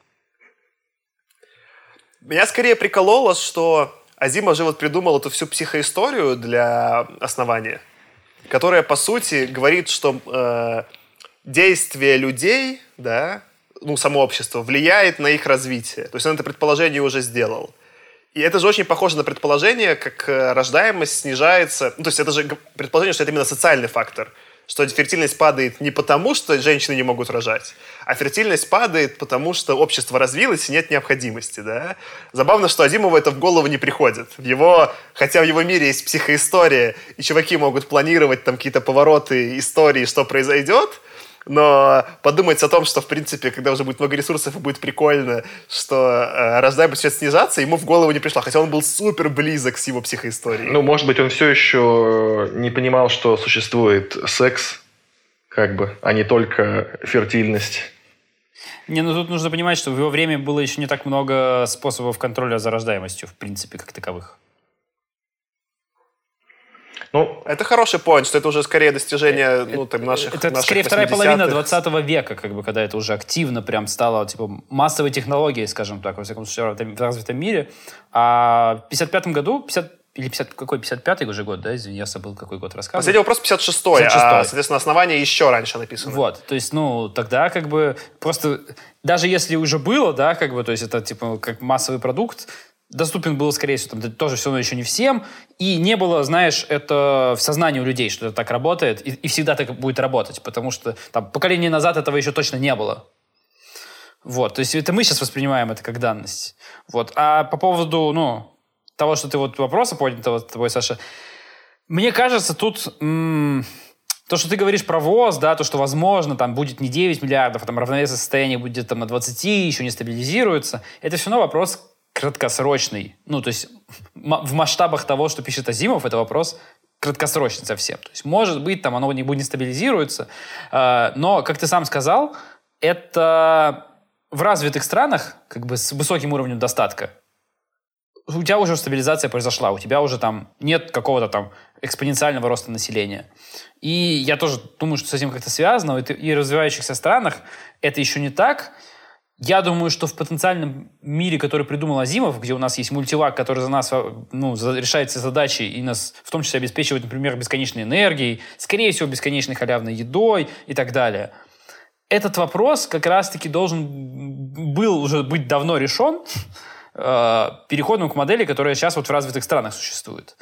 Меня скорее прикололо, что Азимов же вот придумал эту всю психоисторию для основания, которая, по сути, говорит, что э, действие людей, да, ну, само общество, влияет на их развитие. То есть он это предположение уже сделал. И это же очень похоже на предположение, как рождаемость снижается. Ну, то есть это же предположение, что это именно социальный фактор. Что фертильность падает не потому, что женщины не могут рожать, а фертильность падает потому, что общество развилось и нет необходимости. Да? Забавно, что Азимову это в голову не приходит. В его, хотя в его мире есть психоистория, и чуваки могут планировать там какие-то повороты истории, что произойдет, но подумать о том, что, в принципе, когда уже будет много ресурсов и будет прикольно, что э, рождаемость будет снижаться, ему в голову не пришло. Хотя он был супер близок с его психоисторией. Ну, может быть, он все еще не понимал, что существует секс, как бы, а не только фертильность. Не, ну тут нужно понимать, что в его время было еще не так много способов контроля за рождаемостью, в принципе, как таковых. Ну, это хороший поинт, что это уже скорее достижение ну, там, наших Это наших скорее вторая половина двадцатого века, как бы, когда это уже активно прям стало типа массовой технологией, скажем так, во всяком случае, в развитом мире. А в пятьдесят пятом году, пятьдесят, или пятьдесят, какой, пятьдесят пятый уже год, да, извини, я забыл, какой год рассказывал. Последний вопрос пятьдесят шестой, пятьдесят шестой. А, соответственно, основание еще раньше написано. Вот, то есть, ну, тогда как бы просто, даже если уже было, да, как бы, то есть это типа как массовый продукт, доступен был, скорее всего, там, тоже все равно еще не всем, и не было, знаешь, это в сознании у людей, что это так работает, и, и всегда так будет работать, потому что там поколение назад этого еще точно не было. Вот, то есть это мы сейчас воспринимаем это как данность. Вот, а по поводу, ну, того, что ты вот вопроса поднятого с тобой, Саша, мне кажется, тут м- то, что ты говоришь про ВОЗ, да, то, что, возможно, там будет не девять миллиардов, а там равновесие состояния будет там на двадцати, еще не стабилизируется, это все равно вопрос краткосрочный. Ну, то есть в масштабах того, что пишет Азимов, это вопрос краткосрочный совсем. То есть, может быть, там оно не будет не стабилизируется, э, но, как ты сам сказал, это в развитых странах, как бы с высоким уровнем достатка, у тебя уже стабилизация произошла, у тебя уже там нет какого-то там экспоненциального роста населения. И я тоже думаю, что с этим как-то связано. И в развивающихся странах это еще не так. Я думаю, что в потенциальном мире, который придумал Азимов, где у нас есть мультилаг, который за нас ну, решает все задачи и нас в том числе обеспечивает, например, бесконечной энергией, скорее всего, бесконечной халявной едой и так далее. Этот вопрос как раз-таки должен был уже быть давно решен э, переходом к модели, которая сейчас вот в развитых странах существует.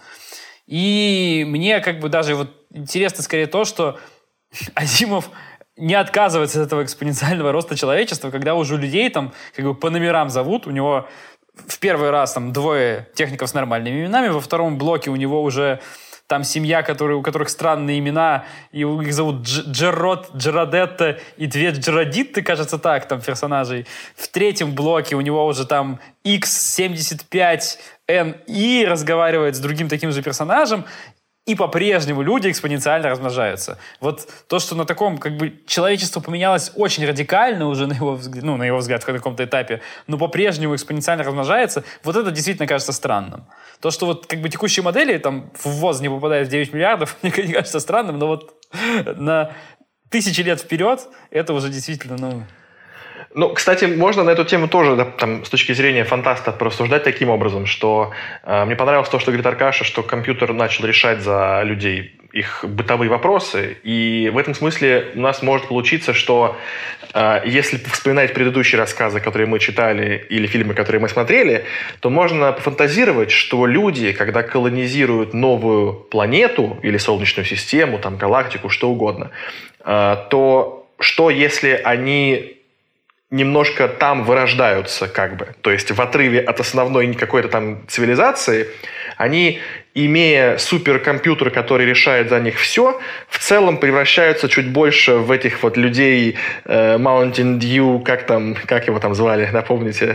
И мне как бы даже вот интересно скорее то, что Азимов не отказывается от этого экспоненциального роста человечества, когда уже у людей там как бы по номерам зовут, у него в первый раз там двое техников с нормальными именами, во втором блоке у него уже там семья, которые, у которых странные имена, и их зовут Дж- Джеррод, Джеродетта и две Джеродитты, кажется так, там персонажей. В третьем блоке у него уже там икс семьдесят пять эн и разговаривает с другим таким же персонажем, и по-прежнему люди экспоненциально размножаются. Вот то, что на таком, как бы, человечество поменялось очень радикально уже, на его взгляд, ну, на его взгляд, в каком-то этапе, но по-прежнему экспоненциально размножается, вот это действительно кажется странным. То, что вот, как бы, текущие модели, там, в ВОЗ не попадает в девять миллиардов, мне не кажется странным, но вот на тысячи лет вперед это уже действительно, ну... Ну, кстати, можно на эту тему тоже, да, там, с точки зрения фантаста, порассуждать таким образом, что э, мне понравилось то, что говорит Аркаша, что компьютер начал решать за людей их бытовые вопросы, и в этом смысле у нас может получиться, что э, если вспоминать предыдущие рассказы, которые мы читали, или фильмы, которые мы смотрели, то можно пофантазировать, что люди, когда колонизируют новую планету или Солнечную систему, там, галактику, что угодно, э, то что если они немножко там вырождаются, как бы. То есть в отрыве от основной какой-то там цивилизации, они, имея суперкомпьютер, который решает за них все, в целом превращаются чуть больше в этих вот людей э, Mountain Dew, как там, как его там звали, напомните?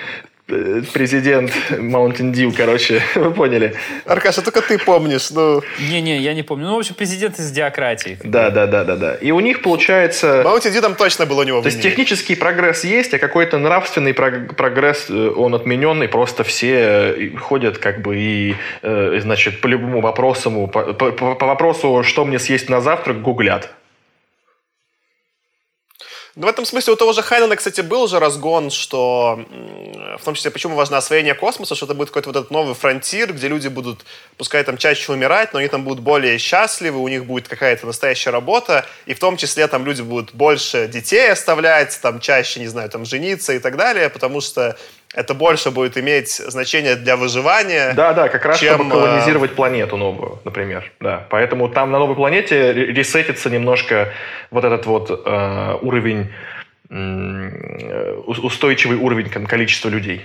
Президент Mountain Dew, короче, вы поняли. Аркаша, только ты помнишь, ну... Не-не, я не помню. Ну, в общем, президент из диократии. Да, да, да, да, да. И у них получается... Mountain Dew там точно был у него. То есть технический прогресс есть, а какой-то нравственный прогресс, он отмененный, просто все ходят как бы и, значит, по любому вопросу, по, по, по вопросу, что мне съесть на завтрак, гуглят. Ну, в этом смысле у того же Хайнена, кстати, был же разгон, что в том числе, почему важно освоение космоса, что это будет какой-то вот этот новый фронтир, где люди будут, пускай там чаще умирать, но они там будут более счастливы, у них будет какая-то настоящая работа, и в том числе там люди будут больше детей оставлять, там чаще, не знаю, там жениться и так далее, потому что это больше будет иметь значение для выживания. Да, да, как раз чем, чтобы колонизировать планету новую, например. Да. Поэтому там на новой планете ресетится немножко вот этот вот э, уровень, э, устойчивый уровень количества людей.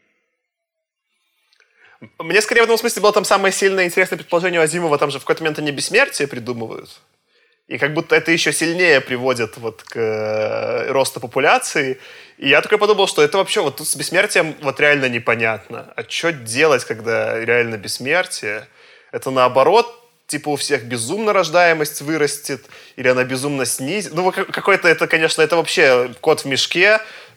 Мне скорее в этом смысле было там самое сильное интересное предположение у Азимова, там же в какой-то момент они бессмертие придумывают. И как будто это еще сильнее приводит вот к э, росту популяции. И я только подумал, что это вообще вот тут с бессмертием вот реально непонятно. А что делать, когда реально бессмертие? Это наоборот типа у всех безумно рождаемость вырастет, или она безумно снизит. Ну, какой-то это, конечно, это вообще кот в мешке.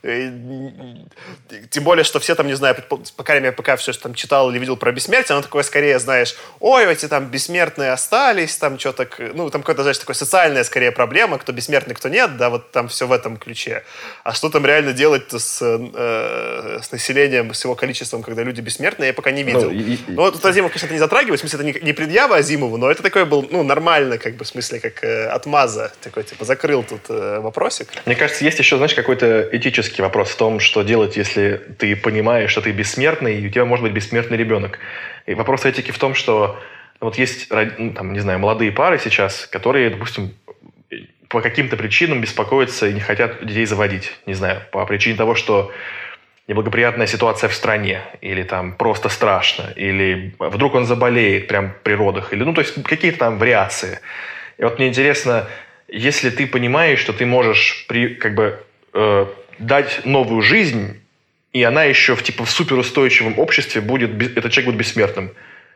Тем более, что все там, не знаю, по крайней мере, пока все, что там читал или видел про бессмертие, оно такое скорее, знаешь, ой, эти там бессмертные остались, там что-то, ну, там какая-то, знаешь, такая социальная скорее проблема, кто бессмертный, кто нет, да, вот там все в этом ключе. А что там реально делать-то с, э, с населением, с его количеством, когда люди бессмертные, я пока не видел. Ну, и, ну вот тут Азимов, конечно, это не затрагивает, в смысле, это не, не предъява Азимову, но это такой был, ну, нормально, как бы, в смысле, как э, отмаза, такой, типа, закрыл тут э, вопросик. Мне кажется, есть еще, знаешь, какой-то этический вопрос в том, что делать, если ты понимаешь, что ты бессмертный, и у тебя может быть бессмертный ребенок. И вопрос этики в том, что вот есть, ну, там, не знаю, молодые пары сейчас, которые, допустим, по каким-то причинам беспокоятся и не хотят детей заводить. Не знаю, по причине того, что неблагоприятная ситуация в стране, или там просто страшно, или вдруг он заболеет прямо при родах, или, ну, то есть какие-то там вариации. И вот мне интересно, если ты понимаешь, что ты можешь при, как бы, э, дать новую жизнь, и она еще в, типа, в суперустойчивом обществе будет, этот человек будет бессмертным.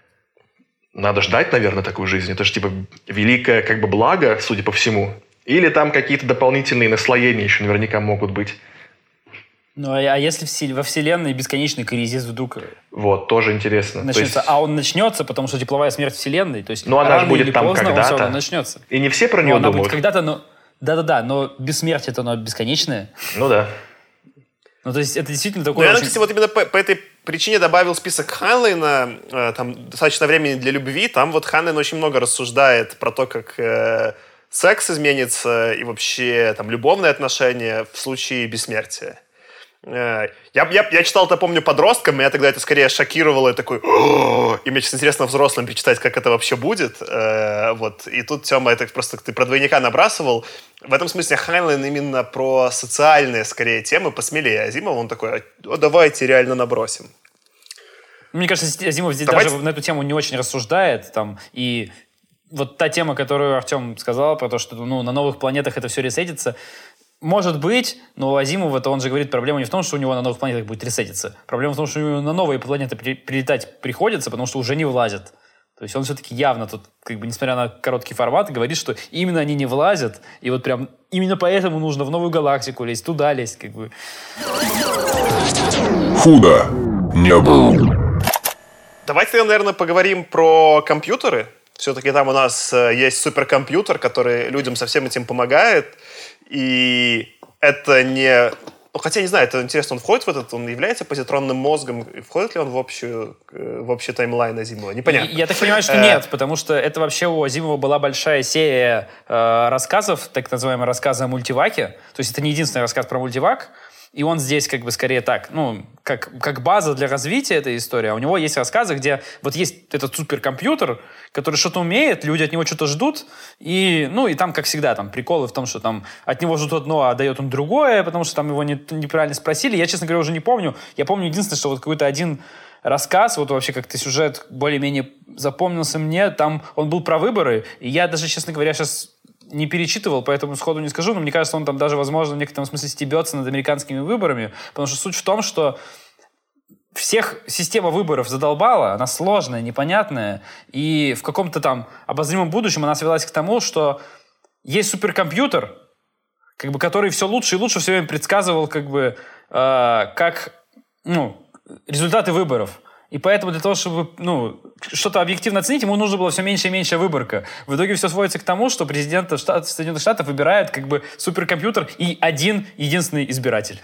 Надо ждать, наверное, такую жизнь. Это же типа великое как бы благо, судя по всему. Или там какие-то дополнительные наслоения еще наверняка могут быть. Ну, а если во Вселенной бесконечный кризис вдруг... Вот, тоже интересно. Начнется, есть... А он начнется, потому что тепловая смерть Вселенной. То есть, ну, она же будет там поздно, когда-то. Он все равно начнется. И не все про нее но думают. Она будет когда-то, но... Да-да-да, но бессмертие-то оно бесконечное. Ну да. Ну, то есть это действительно такое... Ну, я, очень... кстати, вот именно по, по этой причине добавил список Хайнлайна, э, там достаточно времени для любви, там вот Хайнлайн очень много рассуждает про то, как э, секс изменится и вообще там любовные отношения в случае бессмертия. Я, я, я читал это, помню, подростком, меня тогда это скорее шокировало, и такой, и мне сейчас интересно взрослым перечитать, как это вообще будет. Вот. И тут, Тёма, это просто ты про двойника набрасывал. В этом смысле Хайнлайн именно про социальные, скорее, темы посмелее Азимова. Он такой, о, давайте реально набросим. Мне кажется, Азимов здесь давайте... даже на эту тему не очень рассуждает. Там, и вот та тема, которую Артем сказал, про то, что ну, на новых планетах это все ресетится, может быть, но у Азимова-то он же говорит, проблема не в том, что у него на новых планетах будет ресетиться. Проблема в том, что у него на новые планеты при, прилетать приходится, потому что уже не влазят. То есть он все-таки явно тут, как бы, несмотря на короткий формат, говорит, что именно они не влазят, и вот прям именно поэтому нужно в новую галактику лезть, туда лезть, как бы. Худо не было. Давайте, наверное, поговорим про компьютеры. Все-таки там у нас есть суперкомпьютер, который людям со всем этим помогает. И это не... Ну, хотя, не знаю, это интересно, он входит в этот, он является позитронным мозгом, входит ли он в общую, в общий таймлайн Азимова? Непонятно. Я так понимаю, что нет, потому что это вообще у Азимова была большая серия э, рассказов, так называемые рассказы о мультиваке. То есть это не единственный рассказ про мультивак. И он здесь как бы скорее так, ну, как, как база для развития этой истории. А у него есть рассказы, где вот есть этот суперкомпьютер, который что-то умеет, люди от него что-то ждут. И, ну, и там, как всегда, там приколы в том, что там от него ждут одно, а дает он другое, потому что там его не, неправильно спросили. Я, честно говоря, уже не помню. Я помню единственное, что вот какой-то один рассказ, вот вообще как-то сюжет более-менее запомнился мне. Там он был про выборы. И я даже, честно говоря, сейчас... не перечитывал, поэтому сходу не скажу, но мне кажется, он там даже, возможно, в некотором смысле стебется над американскими выборами, потому что суть в том, что всех система выборов задолбала, она сложная, непонятная, и в каком-то там обозримом будущем она свелась к тому, что есть суперкомпьютер, как бы, который все лучше и лучше все время предсказывал, как бы, э, как, ну, результаты выборов. И поэтому для того, чтобы ну, что-то объективно оценить, ему нужно было все меньше и меньше выборка. В итоге все сводится к тому, что президента штат, Соединенных Штатов выбирает как бы суперкомпьютер и один единственный избиратель.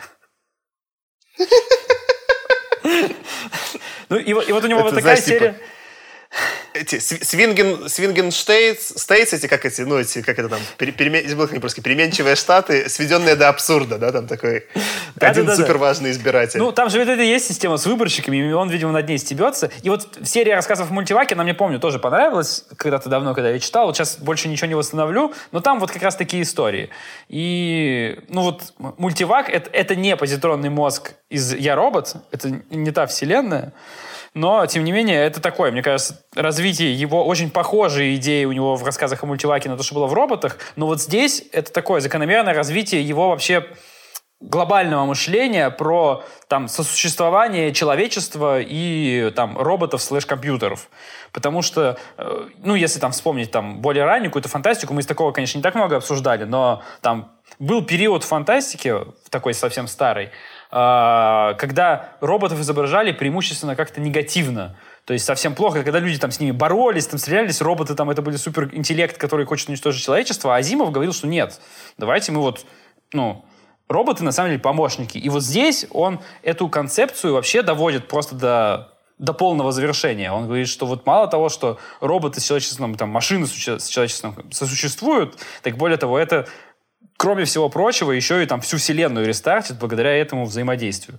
Ну и вот у него вот такая серия... Эти свинген, свинген штейтс, стейтс, эти как эти, ну эти, как это там, перемен, забыл, как по-русски, переменчивые штаты, сведенные до абсурда, да, там такой да, один да, да, супер важный избиратель. Ну, там же ведь это и есть система с выборщиками, и он, видимо, над ней стебется. И вот серия рассказов в мультиваке, она мне, помню, тоже понравилась когда-то давно, когда я читал, вот сейчас больше ничего не восстановлю, но там вот как раз такие истории. И, ну вот, мультивак это, — это не позитронный мозг из «Я робот», это не та вселенная. Но, тем не менее, это такое, мне кажется, развитие его очень похожие идеи у него в рассказах о мультиваке на то, что было в роботах. Но вот здесь это такое закономерное развитие его вообще глобального мышления про там сосуществование человечества и там роботов слэш-компьютеров. Потому что, э, ну, если там вспомнить там более раннюю какую-то фантастику, мы из такого, конечно, не так много обсуждали, но там был период фантастики, такой совсем старый, э, когда роботов изображали преимущественно как-то негативно. То есть совсем плохо, когда люди там с ними боролись, там стрелялись, роботы там, это были суперинтеллект, который хочет уничтожить человечество, а Азимов говорил, что нет, давайте мы вот, ну... Роботы, на самом деле, помощники. И вот здесь он эту концепцию вообще доводит просто до, до полного завершения. Он говорит, что вот мало того, что роботы с человечеством, там, машины с человечеством сосуществуют, так более того, это, кроме всего прочего, еще и там всю вселенную рестартит благодаря этому взаимодействию.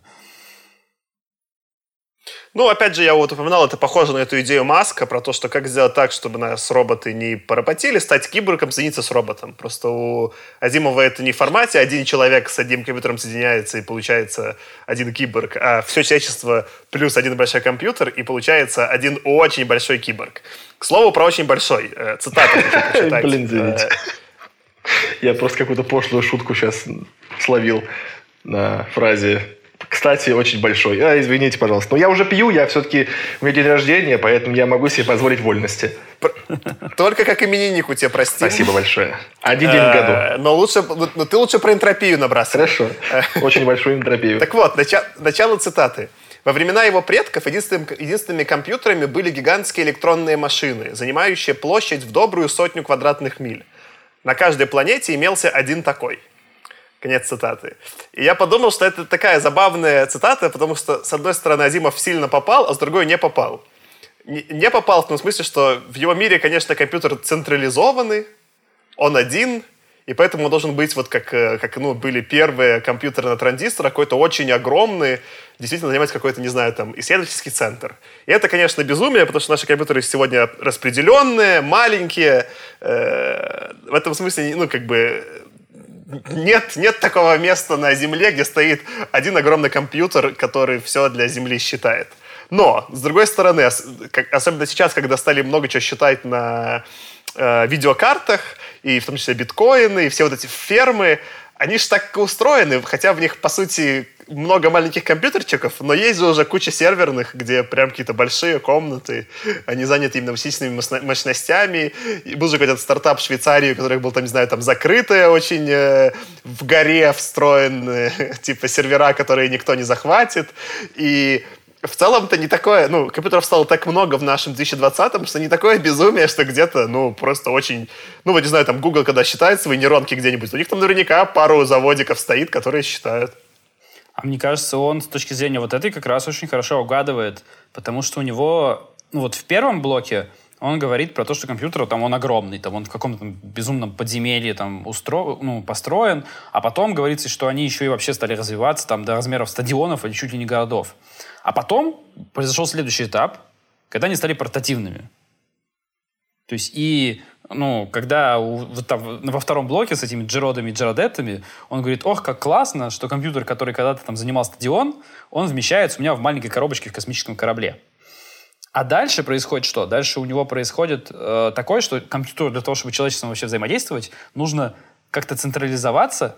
Ну, опять же, я вот упоминал, это похоже на эту идею Маска про то, что как сделать так, чтобы нас роботы не поработили, стать киборгом, соединиться с роботом. Просто у Азимова это не в формате один человек с одним компьютером соединяется и получается один киборг, а все человечество плюс один большой компьютер и получается один очень большой киборг. К слову, про очень большой. Цитату хочу прочитать. Блин, извините. Я просто какую-то пошлую шутку сейчас словил на фразе... Кстати, очень большой. А, извините, пожалуйста. Но я уже пью, я все-таки... У меня день рождения, поэтому я могу себе позволить вольности. Только как имениннику тебе прости. Спасибо большое. Один день в году. Но лучше, но ты лучше про энтропию набрасывай. Хорошо. Очень большую энтропию. Так вот, начало цитаты. Во времена его предков единственными, единственными компьютерами были гигантские электронные машины, занимающие площадь в добрую сотню квадратных миль. На каждой планете имелся один такой. Конец цитаты. И я подумал, что это такая забавная цитата, потому что, с одной стороны, Азимов сильно попал, а с другой не попал. Не, не попал в том смысле, что в его мире, конечно, компьютер централизованный, он один, и поэтому он должен быть, вот как, как ну, были первые компьютеры на транзисторах, какой-то очень огромный, действительно занимать какой-то, не знаю, там, исследовательский центр. И это, конечно, безумие, потому что наши компьютеры сегодня распределенные, маленькие. Э, в этом смысле, ну, как бы... Нет, нет такого места на Земле, где стоит один огромный компьютер, который все для Земли считает. Но, с другой стороны, особенно сейчас, когда стали много чего считать на э, видеокартах, и в том числе биткоины, и все вот эти фермы, они же так устроены, хотя в них, по сути, много маленьких компьютерчиков, но есть же уже куча серверных, где прям какие-то большие комнаты, они заняты именно вычислительными мощностями. И был же какой-то стартап в Швейцарии, у которых был, там, не знаю, там закрытые очень э, в горе встроенные, типа сервера, которые никто не захватит. И в целом-то не такое, ну, компьютеров стало так много в нашем две тысячи двадцатом, что не такое безумие, что где-то, ну, просто очень... Ну, вот, не знаю, там, Google, когда считает свои нейронки где-нибудь, у них там наверняка пару заводиков стоит, которые считают. А мне кажется, он с точки зрения вот этой как раз очень хорошо угадывает, потому что у него, ну, вот в первом блоке он говорит про то, что компьютер, там, он огромный, там, он в каком-то там безумном подземелье там устро... ну, построен, а потом говорится, что они еще и вообще стали развиваться там до размеров стадионов или чуть ли не городов. А потом произошел следующий этап, когда они стали портативными. То есть и, ну, когда у, вот там, во втором блоке с этими джеродами и джеродеттами, он говорит, ох, как классно, что компьютер, который когда-то там занимал стадион, он вмещается у меня в маленькой коробочке в космическом корабле. А дальше происходит что? Дальше у него происходит э, такое, что компьютеру для того, чтобы человечеством вообще взаимодействовать, нужно как-то централизоваться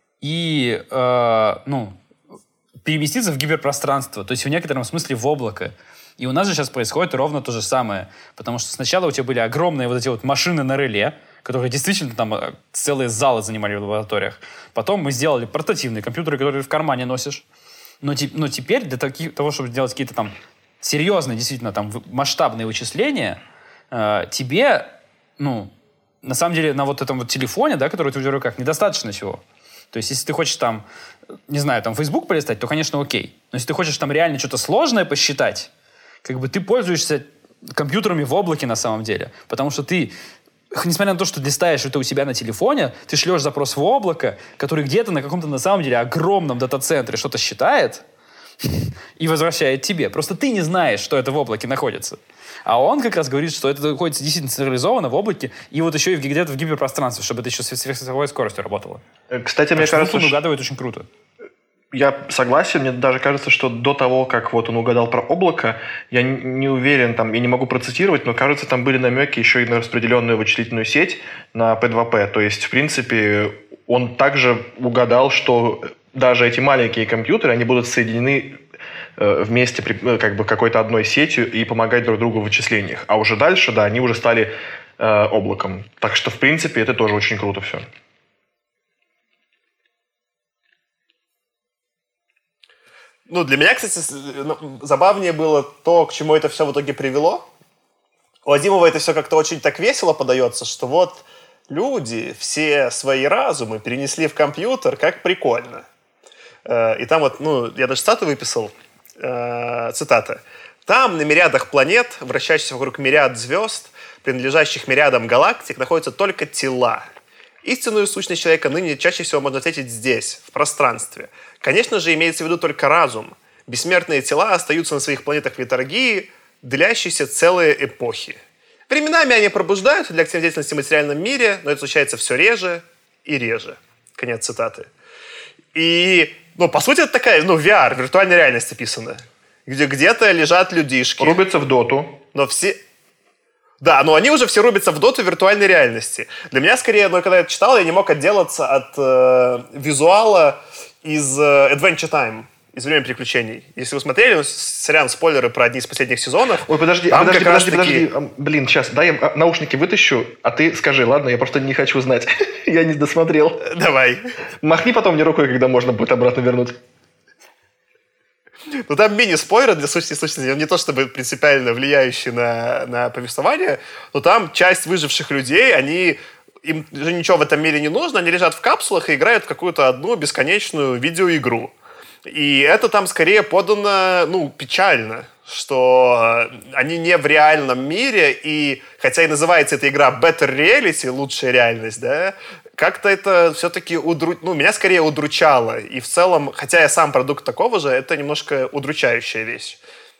и, э, ну, переместиться в гиперпространство, то есть в некотором смысле в облако. И у нас же сейчас происходит ровно то же самое. Потому что сначала у тебя были огромные вот эти вот машины на реле, которые действительно там целые залы занимали в лабораториях. Потом мы сделали портативные компьютеры, которые в кармане носишь. Но, но теперь для таких, того, чтобы делать какие-то там серьезные, действительно там масштабные вычисления, э, тебе, ну, на самом деле на вот этом вот телефоне, да, который ты у тебя в руках, недостаточно всего. То есть, если ты хочешь там, не знаю, там Facebook полистать, то, конечно, окей. Но если ты хочешь там реально что-то сложное посчитать, как бы ты пользуешься компьютерами в облаке на самом деле. Потому что ты, несмотря на то, что листаешь это у себя на телефоне, ты шлешь запрос в облако, который где-то на каком-то, на самом деле, огромном дата-центре что-то считает и возвращает тебе. Просто ты не знаешь, что это в облаке находится. А он как раз говорит, что это находится действительно централизованно в облаке, и вот еще и где-то в гиперпространстве, чтобы это еще с сверхсветовой скоростью работало. Кстати, так мне что кажется, он угадывает очень круто. Я согласен, мне даже кажется, что до того, как вот он угадал про облако, я не уверен, там, я не могу процитировать, но, кажется, там были намеки еще и на распределенную вычислительную сеть, на пи два пи. То есть, в принципе, он также угадал, что даже эти маленькие компьютеры, они будут соединены э, вместе при, как бы какой-то одной сетью и помогать друг другу в вычислениях. А уже дальше, да, они уже стали э, облаком. Так что, в принципе, это тоже очень круто все. Ну, для меня, кстати, забавнее было то, к чему это все в итоге привело. У Азимова это все как-то очень так весело подается, что вот люди все свои разумы перенесли в компьютер, как прикольно. И там вот, ну, я даже цитату выписал, цитата. Там на мириадах планет, вращающихся вокруг мириад звезд, принадлежащих мириадам галактик, находятся только тела. Истинную сущность человека ныне чаще всего можно встретить здесь, в пространстве. Конечно же, имеется в виду только разум. Бессмертные тела остаются на своих планетах литургии, длящиеся целые эпохи. Временами они пробуждаются для активной деятельности в материальном мире, но это случается все реже и реже. Конец цитаты. И, ну, по сути, это такая, ну, ви ар, виртуальная реальность описана, где где-то лежат людишки. Рубятся в доту. Но все... Да, но они уже все рубятся в доту виртуальной реальности. Для меня, скорее, ну, когда я это читал, я не мог отделаться от э, визуала из э, Adventure Time, из «Время приключений». Если вы смотрели, ну, сорян, спойлеры про одни из последних сезонов. Ой, подожди, там подожди, как подожди, раз-таки... подожди. Блин, сейчас, дай я наушники вытащу, а ты скажи, ладно, я просто не хочу знать. Я не досмотрел. Давай. Махни потом мне рукой, когда можно будет обратно вернуть. Ну, там мини-спойлер для сущности, сущности, он не то чтобы принципиально влияющий на, на повествование, но там часть выживших людей, они, им же ничего в этом мире не нужно, они лежат в капсулах и играют в какую-то одну бесконечную видеоигру. И это там скорее подано, ну, печально, что они не в реальном мире, и хотя и называется эта игра Better Reality, лучшая реальность, да, как-то это все-таки удру... ну, меня скорее удручало. И в целом, хотя я сам продукт такого же, это немножко удручающая вещь.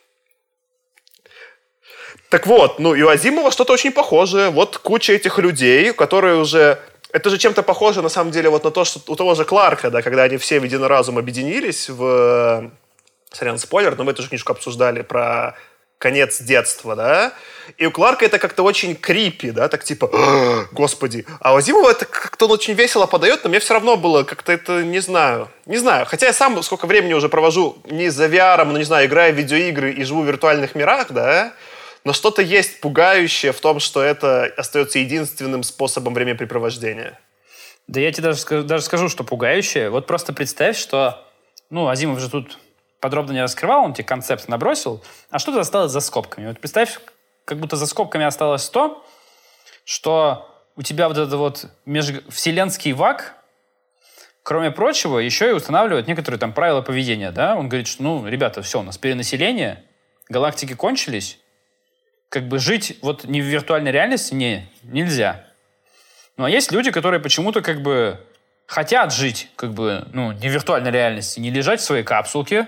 Так вот, ну и у Азимова что-то очень похожее. Вот куча этих людей, которые уже... Это же чем-то похоже, на самом деле, вот на то, что у того же Кларка, да, когда они все в единый разум объединились в... Сорян, спойлер, но мы эту же книжку обсуждали про конец детства, да? И у Кларка это как-то очень крипи, да, так типа, господи. А у Азимова это как-то он очень весело подает, но мне все равно было как-то это, не знаю, не знаю. Хотя я сам сколько времени уже провожу не за ви ар, но, не знаю, играя в видеоигры и живу в виртуальных мирах, да, но что-то есть пугающее в том, что это остается единственным способом времяпрепровождения. Да я тебе даже, даже скажу, что пугающее. Вот просто представь, что, ну, Азимов же тут подробно не раскрывал, он тебе концепт набросил, а что-то осталось за скобками. Вот представь, как будто за скобками осталось то, что у тебя вот этот вот межвселенский вак, кроме прочего, еще и устанавливает некоторые там правила поведения, да? Он говорит, что, ну, ребята, все, у нас перенаселение, галактики кончились, как бы жить вот не в виртуальной реальности не, нельзя. Ну, а есть люди, которые почему-то как бы хотят жить, как бы, ну, не в виртуальной реальности, не лежать в своей капсулке.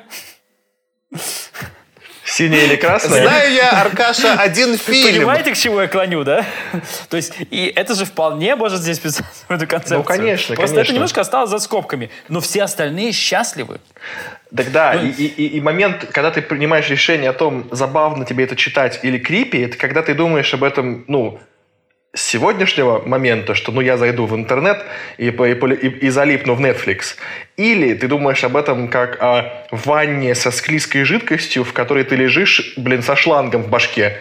Синяя или красная? Знаю я, Аркаша, один фильм. Понимаете, к чему я клоню, да? То есть, и это же вполне может здесь писать в эту концепцию. Ну, конечно, Просто конечно. это немножко осталось за скобками. Но все остальные счастливы. Так да, ну, и, и, и момент, когда ты принимаешь решение о том, забавно тебе это читать или крипи, это когда ты думаешь об этом, ну, с сегодняшнего момента, что ну я зайду в интернет и, и, и залипну в Netflix. Или ты думаешь об этом как о ванне со склизкой жидкостью, в которой ты лежишь, блин, со шлангом в башке.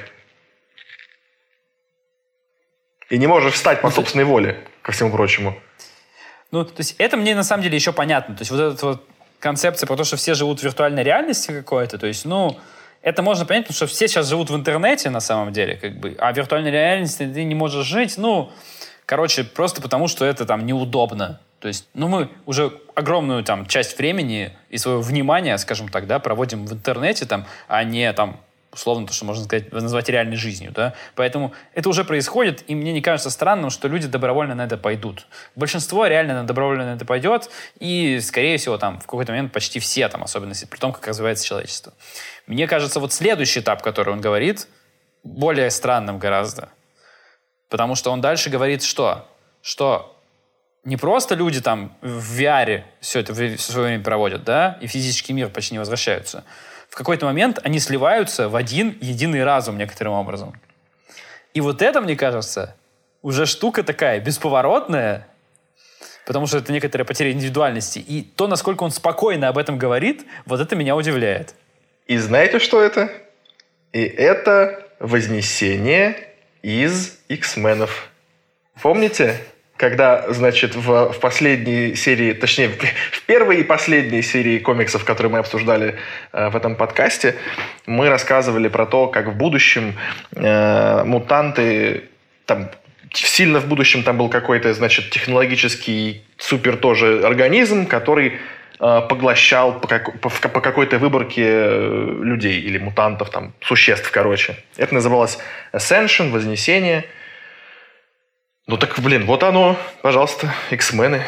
И не можешь встать по собственной воле, ко всему прочему. Ну, то есть это мне на самом деле еще понятно. То есть вот эта вот концепция про то, что все живут в виртуальной реальности какой-то, то есть, ну... Это можно понять, потому что все сейчас живут в интернете на самом деле, как бы, а в виртуальной реальности ты не можешь жить, ну, короче, просто потому, что это там неудобно. То есть, ну, мы уже огромную там часть времени и своего внимания, скажем так, да, проводим в интернете, там, а не там, условно, то, что можно сказать, назвать реальной жизнью, да. Поэтому это уже происходит, и мне не кажется странным, что люди добровольно на это пойдут. Большинство реально добровольно на это пойдет, и, скорее всего, там, в какой-то момент почти все, там, особенно при том, как развивается человечество. Мне кажется, вот следующий этап, который он говорит, более странным гораздо. Потому что он дальше говорит, что? Что не просто люди там в ви ар все это все свое время проводят, да, и в физический мир почти не возвращаются. В какой-то момент они сливаются в один единый разум некоторым образом. И вот это, мне кажется, уже штука такая бесповоротная, Потому что это некоторая потеря индивидуальности. И то, насколько он спокойно об этом говорит, вот это меня удивляет. И знаете, что это? И это Вознесение из X-менов. Помните? Когда, значит, в, в последней серии, точнее, в первой и последней серии комиксов, которые мы обсуждали э, в этом подкасте, мы рассказывали про то, как в будущем э, мутанты, там, сильно в будущем там был какой-то, значит, технологический супер тоже организм, который э, поглощал по, как, по, по какой-то выборке людей или мутантов, там, существ, короче. Это называлось Ascension, Вознесение. Ну так, блин, вот оно, пожалуйста, X-мены.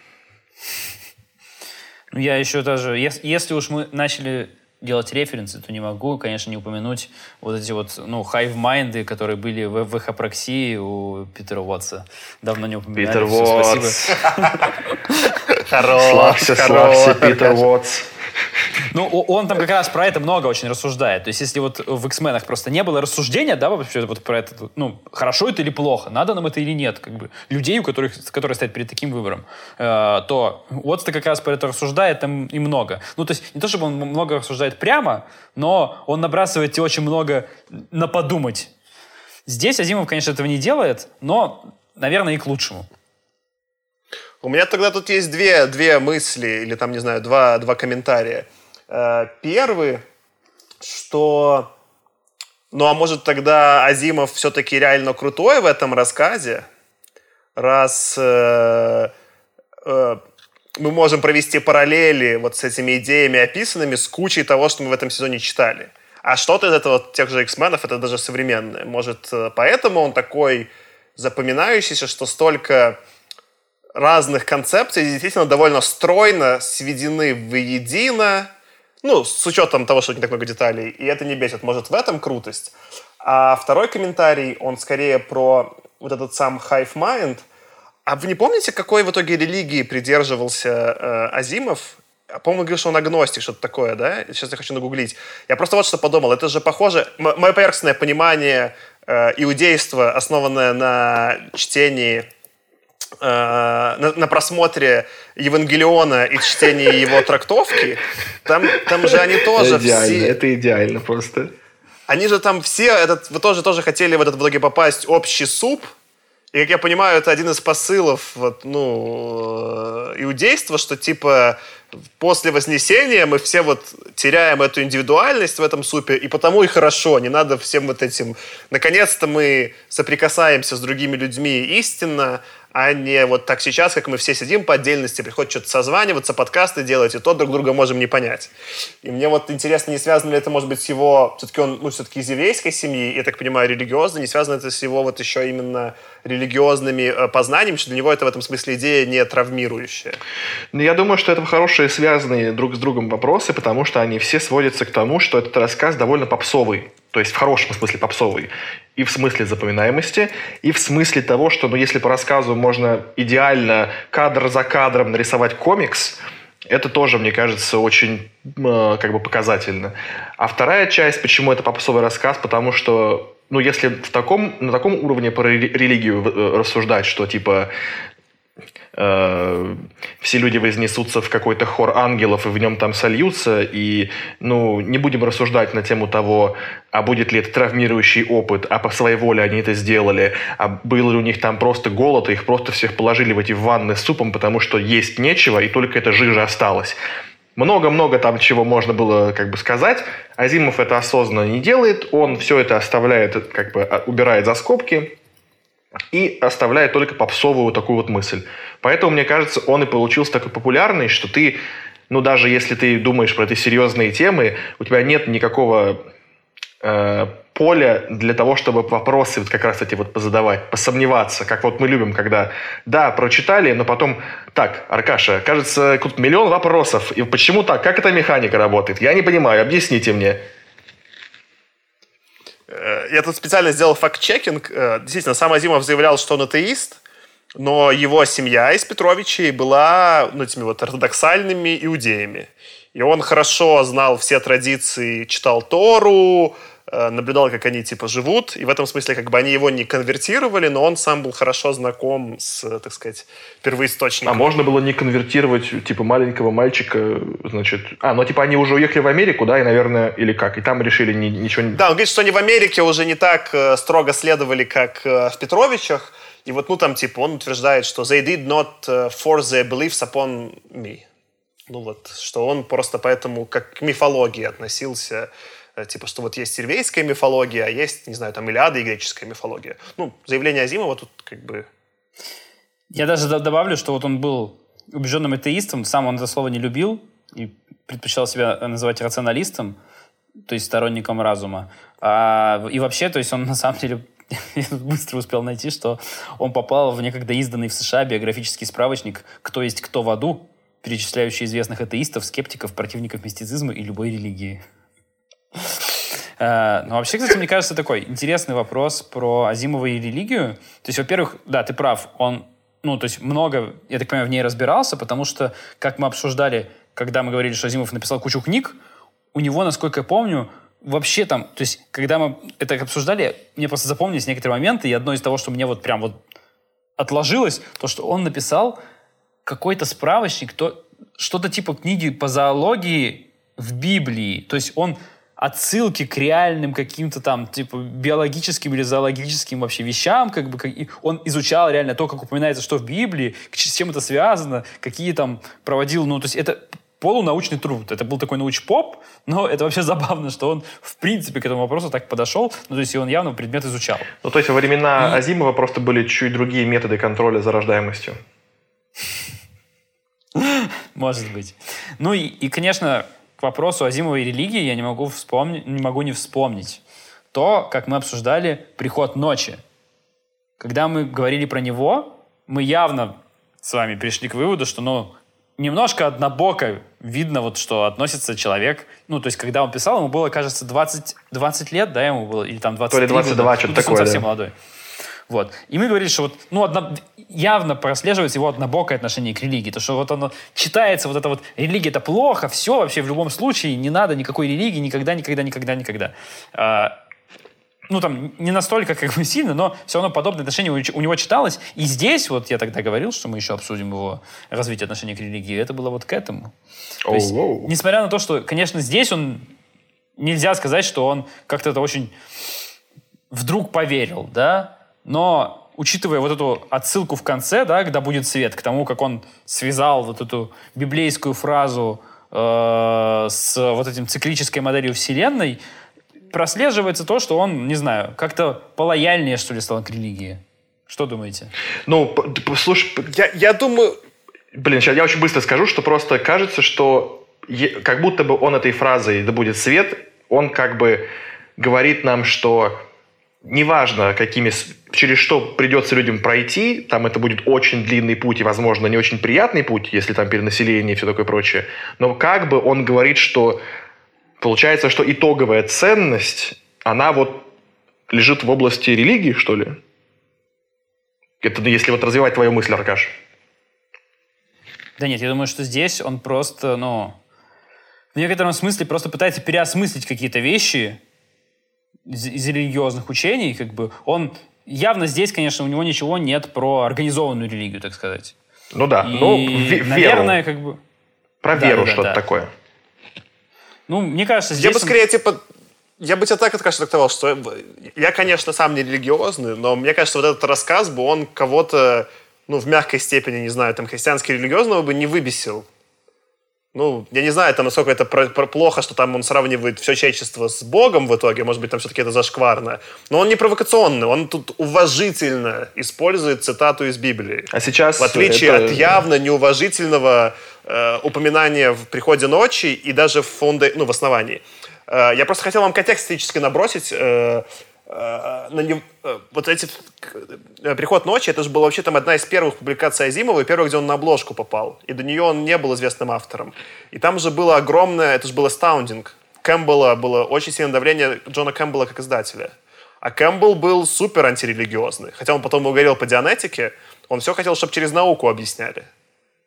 Ну, я еще даже... Если, если уж мы начали делать референсы, то не могу, конечно, не упомянуть вот эти вот, ну, хайв-майнды, которые были в, в эхопраксии у Питера Уотса. Давно не упоминали. Питер Уотс. Хорош, Славься, славься, Питер Уотс. Ну, он там как раз про это много очень рассуждает. То есть, если вот в X-менах просто не было рассуждения, да, вообще вот про это, ну, хорошо это или плохо, надо нам это или нет, как бы, людей, у которых, которые стоят перед таким выбором, э, то Уотс-то как раз про это рассуждает там и много. Ну, то есть, не то, чтобы он много рассуждает прямо, но он набрасывает тебе очень много на подумать. Здесь Азимов, конечно, этого не делает, но, наверное, и к лучшему. У меня тогда тут есть две, две мысли, или там, не знаю, два, два комментария. Первый, что, ну а может тогда Азимов все-таки реально крутой в этом рассказе, раз э, э, мы можем провести параллели вот с этими идеями описанными с кучей того, что мы в этом сезоне читали. А что-то из этого, тех же X-менов, это даже современное. Может, поэтому он такой запоминающийся, что столько разных концепций действительно довольно стройно сведены воедино, ну, с учетом того, что не так много деталей, и это не бесит. Может, в этом крутость. А второй комментарий, он скорее про вот этот сам Hive Mind. А вы не помните, какой в итоге религии придерживался э, Азимов? По-моему, говорил, что он агностик, что-то такое, да? Сейчас я хочу нагуглить. Я просто вот что подумал. Это же похоже... М- мое поверхностное понимание э, иудейства, основанное на чтении... На, на просмотре Евангелиона и чтении его трактовки, там, там же они тоже идеально, все... Это идеально просто. Они же там все... Этот, вы тоже, тоже хотели в этот в итоге попасть общий суп. И, как я понимаю, это один из посылов вот, ну, иудейства, что типа после Вознесения мы все вот теряем эту индивидуальность в этом супе, и потому и хорошо, не надо всем вот этим... Наконец-то мы соприкасаемся с другими людьми истинно, а не вот так сейчас, как мы все сидим по отдельности, приходят что-то созваниваться, подкасты делать, и то друг друга можем не понять. И мне вот интересно, не связано ли это, может быть, с его... Все-таки он, ну, все-таки из еврейской семьи, я так понимаю, религиозно, не связано это с его вот еще именно религиозными познаниями, что для него это в этом смысле идея не травмирующая. Ну, я думаю, что это хорошие связанные друг с другом вопросы, потому что они все сводятся к тому, что этот рассказ довольно попсовый. То есть в хорошем смысле попсовый. И в смысле запоминаемости, и в смысле того, что, ну, если по рассказу можно идеально кадр за кадром нарисовать комикс, это тоже, мне кажется, очень э, как бы показательно. А вторая часть, почему это попсовый рассказ, потому что, ну, если в таком, на таком уровне про религию рассуждать, что типа э, все люди вознесутся в какой-то хор ангелов и в нем там сольются, и, ну, не будем рассуждать на тему того, а будет ли это травмирующий опыт, а по своей воле они это сделали, а был ли у них там просто голод, и их просто всех положили в эти ванны с супом, потому что есть нечего, и только эта жижа осталась. Много-много там чего можно было как бы сказать. Азимов это осознанно не делает, он все это оставляет, как бы убирает за скобки и оставляет только попсовую такую вот мысль. Поэтому, мне кажется, он и получился такой популярный, что ты, ну, даже если ты думаешь про эти серьезные темы, у тебя нет никакого э, поля для того, чтобы вопросы вот как раз эти вот позадавать, посомневаться, как вот мы любим, когда, да, прочитали, но потом, так, Аркаша, кажется, тут миллион вопросов, и почему так, как эта механика работает? Я не понимаю, объясните мне. Я тут специально сделал факт-чекинг. Действительно, сам Азимов заявлял, что он атеист, но его семья из Петровичей была, ну, этими вот ортодоксальными иудеями. И он хорошо знал все традиции, читал Тору, наблюдал, как они, типа, живут, и в этом смысле, как бы, они его не конвертировали, но он сам был хорошо знаком с, так сказать, первоисточником. А можно было не конвертировать, типа, маленького мальчика, значит... А, ну, типа, они уже уехали в Америку, да, и, наверное, или как? И там решили ни, ничего не... Да, он говорит, что они в Америке уже не так э, строго следовали, как э, в Петровичах, и вот, ну, там, типа, он утверждает, что they did not force their beliefs upon me. Ну, вот, что он просто поэтому как к мифологии относился... Типа, что вот есть сирвейская мифология, а есть, не знаю, там, Илиада и греческая мифология. Ну, заявление Азимова тут как бы... Я даже добавлю, что вот он был убежденным атеистом, сам он это слово не любил и предпочитал себя называть рационалистом, то есть сторонником разума. А, и вообще, то есть он на самом деле... Я быстро успел найти, что он попал в некогда изданный в США биографический справочник «Кто есть кто в аду», перечисляющий известных атеистов, скептиков, противников мистицизма и любой религии. Uh, ну, вообще, кстати, мне кажется, такой интересный вопрос про Азимова и религию. То есть, во-первых, да, ты прав, он, ну, то есть, много, я так понимаю, в ней разбирался, потому что, как мы обсуждали, когда мы говорили, что Азимов написал кучу книг, у него, насколько я помню, вообще там, то есть, когда мы это обсуждали, мне просто запомнились некоторые моменты, и одно из того, что мне вот прям вот отложилось, то, что он написал какой-то справочник, то, что-то типа книги по зоологии в Библии. То есть, он отсылки к реальным каким-то там, типа, биологическим или зоологическим вообще вещам, как бы, как, он изучал реально то, как упоминается, что в Библии, с чем это связано, какие там проводил, ну, то есть это полунаучный труд, это был такой науч-поп, но это вообще забавно, что он, в принципе, к этому вопросу так подошел, ну, то есть он явно предмет изучал. Ну, то есть во времена И... Азимова просто были чуть другие методы контроля за рождаемостью. Может быть. Ну, и, и конечно... К вопросу Азимова и религии я не могу, вспомнить, не могу не вспомнить то, как мы обсуждали «Приход ночи». Когда мы говорили про него, мы явно с вами пришли к выводу, что, ну, немножко однобоко видно, вот, что относится человек. Ну, то есть, когда он писал, ему было, кажется, двадцать, двадцать лет, да, ему было, или там двадцать три. То ли двадцать два, года. что-то Ну, такое, он совсем да. молодой. Вот. И мы говорили, что вот, ну, одно, явно прослеживается его однобокое отношение к религии. То, что вот оно читается, вот это вот религия — это плохо, все вообще в любом случае, не надо никакой религии, никогда, никогда, никогда, никогда. А, ну, там, не настолько как бы сильно, но все равно подобное отношение у, у него читалось. И здесь, вот я тогда говорил, что мы еще обсудим его развитие отношения к религии, это было вот к этому. То oh, есть, wow. несмотря на то, что, конечно, здесь он, нельзя сказать, что он как-то это очень вдруг поверил, да, но, учитывая вот эту отсылку в конце, да, когда будет свет, к тому, как он связал вот эту библейскую фразу э, с вот этим циклической моделью Вселенной, прослеживается то, что он, не знаю, как-то полояльнее, что ли, стал к религии. Что думаете? Ну, слушай, Я, я думаю... Блин, сейчас я очень быстро скажу, что просто кажется, что е- как будто бы он этой фразой «да будет свет», он как бы говорит нам, что неважно, какими, через что придется людям пройти, там это будет очень длинный путь и, возможно, не очень приятный путь, если там перенаселение и все такое прочее, но как бы он говорит, что получается, что итоговая ценность, она вот лежит в области религии, что ли? Это если вот развивать твою мысль, Аркаш. Да нет, я думаю, что здесь он просто, ну, в некотором смысле просто пытается переосмыслить какие-то вещи из, из религиозных учений, как бы. Он явно здесь, конечно, у него ничего нет про организованную религию, так сказать. Ну да, и, ну, в- наверное, веру. как бы... Про Да, веру да, что-то да. такое. Ну, мне кажется, здесь... Я бы он- скорее, типа... Я бы тебя так, конечно, трактовал, что я, конечно, сам не религиозный, но мне кажется, вот этот рассказ бы, он кого-то, ну, в мягкой степени, не знаю, там, христиански-религиозного бы не выбесил. Ну, я не знаю, там, насколько это про- про- плохо, что там он сравнивает все человечество с Богом в итоге, может быть, там все-таки это зашкварно. Но он не провокационный, он тут уважительно использует цитату из Библии. А сейчас... В отличие это- от явно неуважительного э, упоминания в «Приходе ночи» и даже в, фунда... ну, в основании. Э, я просто хотел вам контекст исторически набросить. Э, э, на нем, э, вот эти... э, «Приход ночи» — это же была вообще там одна из первых публикаций Азимова, и первая, где он на обложку попал. И до нее он не был известным автором. И там же было огромное... Это же был astounding. Кэмпбелла было очень сильное давление Джона Кэмпбелла как издателя. А Кэмпбелл был супер антирелигиозный. Хотя он потом говорил по дианетике, он все хотел, чтобы через науку объясняли.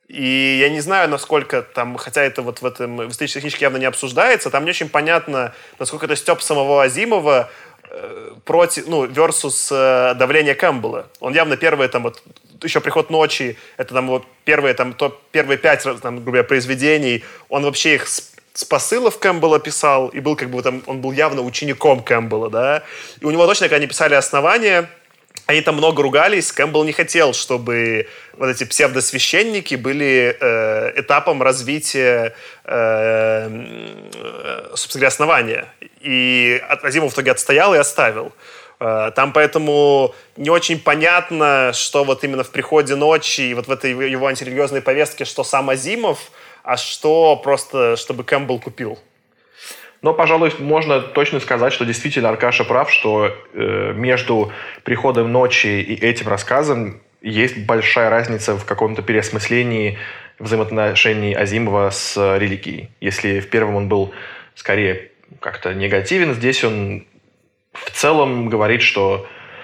И я не знаю, насколько там, хотя это вот в этом в исторической книжке явно не обсуждается, там не очень понятно, насколько это стёб самого Азимова э, против, ну, versus э, давление Кэмпбелла. Он явно первые там вот еще «Приход ночи», это там вот первые там то, первые пять там, грубо говоря, произведений, он вообще их с, с посылов Кэмпбелла писал, и был как бы там, он был явно учеником Кэмпбелла, да. И у него точно, когда они писали «Основание», они там много ругались. Кэмпбелл не хотел, чтобы вот эти псевдосвященники были э, этапом развития, э, э, собственно говоря, «Основания». И Азимов в итоге отстоял и оставил. Э, там поэтому не очень понятно, что вот именно в «Приходе ночи» и вот в этой его антирелигиозной повестке, что сам Азимов, а что просто, чтобы Кэмпбелл купил. Но, пожалуй, можно точно сказать, что действительно Аркаша прав, что э, между «Приходом ночи» и этим рассказом есть большая разница в каком-то переосмыслении взаимоотношений Азимова с религией. Если в первом он был скорее как-то негативен, здесь он в целом говорит, что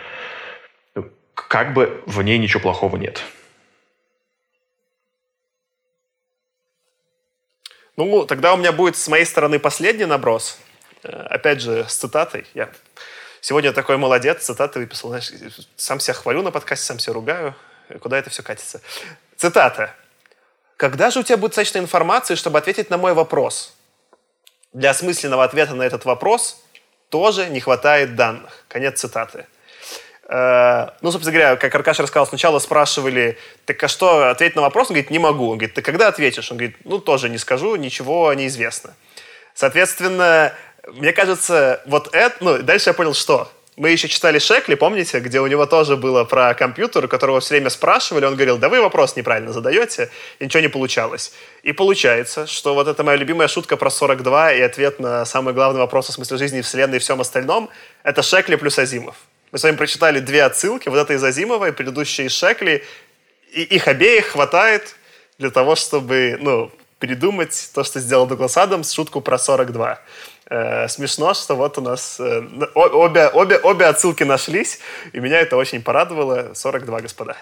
как бы в ней ничего плохого нет. Ну, тогда у меня будет с моей стороны последний наброс. Опять же, с цитатой. Я сегодня такой молодец, цитаты выписал. Знаешь, сам себя хвалю на подкасте, сам себя ругаю. Куда это все катится? Цитата. «Когда же у тебя будет достаточно информации, чтобы ответить на мой вопрос? Для осмысленного ответа на этот вопрос тоже не хватает данных». Конец цитаты. Ну, собственно говоря, как Аркаша рассказал, сначала спрашивали, так а что, ответить на вопрос? Он говорит, не могу. Он говорит, ты когда ответишь? Он говорит, ну, тоже не скажу, ничего не известно. Соответственно, мне кажется, вот это... Ну, дальше я понял, что... Мы еще читали Шекли, помните, где у него тоже было про компьютер, которого все время спрашивали, он говорил, да вы вопрос неправильно задаете, и ничего не получалось. И получается, что вот эта моя любимая шутка про сорок два и ответ на самый главный вопрос о смысле жизни, вселенной и всем остальном, это Шекли плюс Азимов. Мы с вами прочитали две отсылки, вот эта из Азимова и предыдущая из Шекли, и их обеих хватает для того, чтобы, ну, передумать то, что сделал Дуглас Адамс, шутку про сорок два. Э, смешно, что вот у нас э, обе, обе, обе отсылки нашлись, и меня это очень порадовало. сорок два, господа.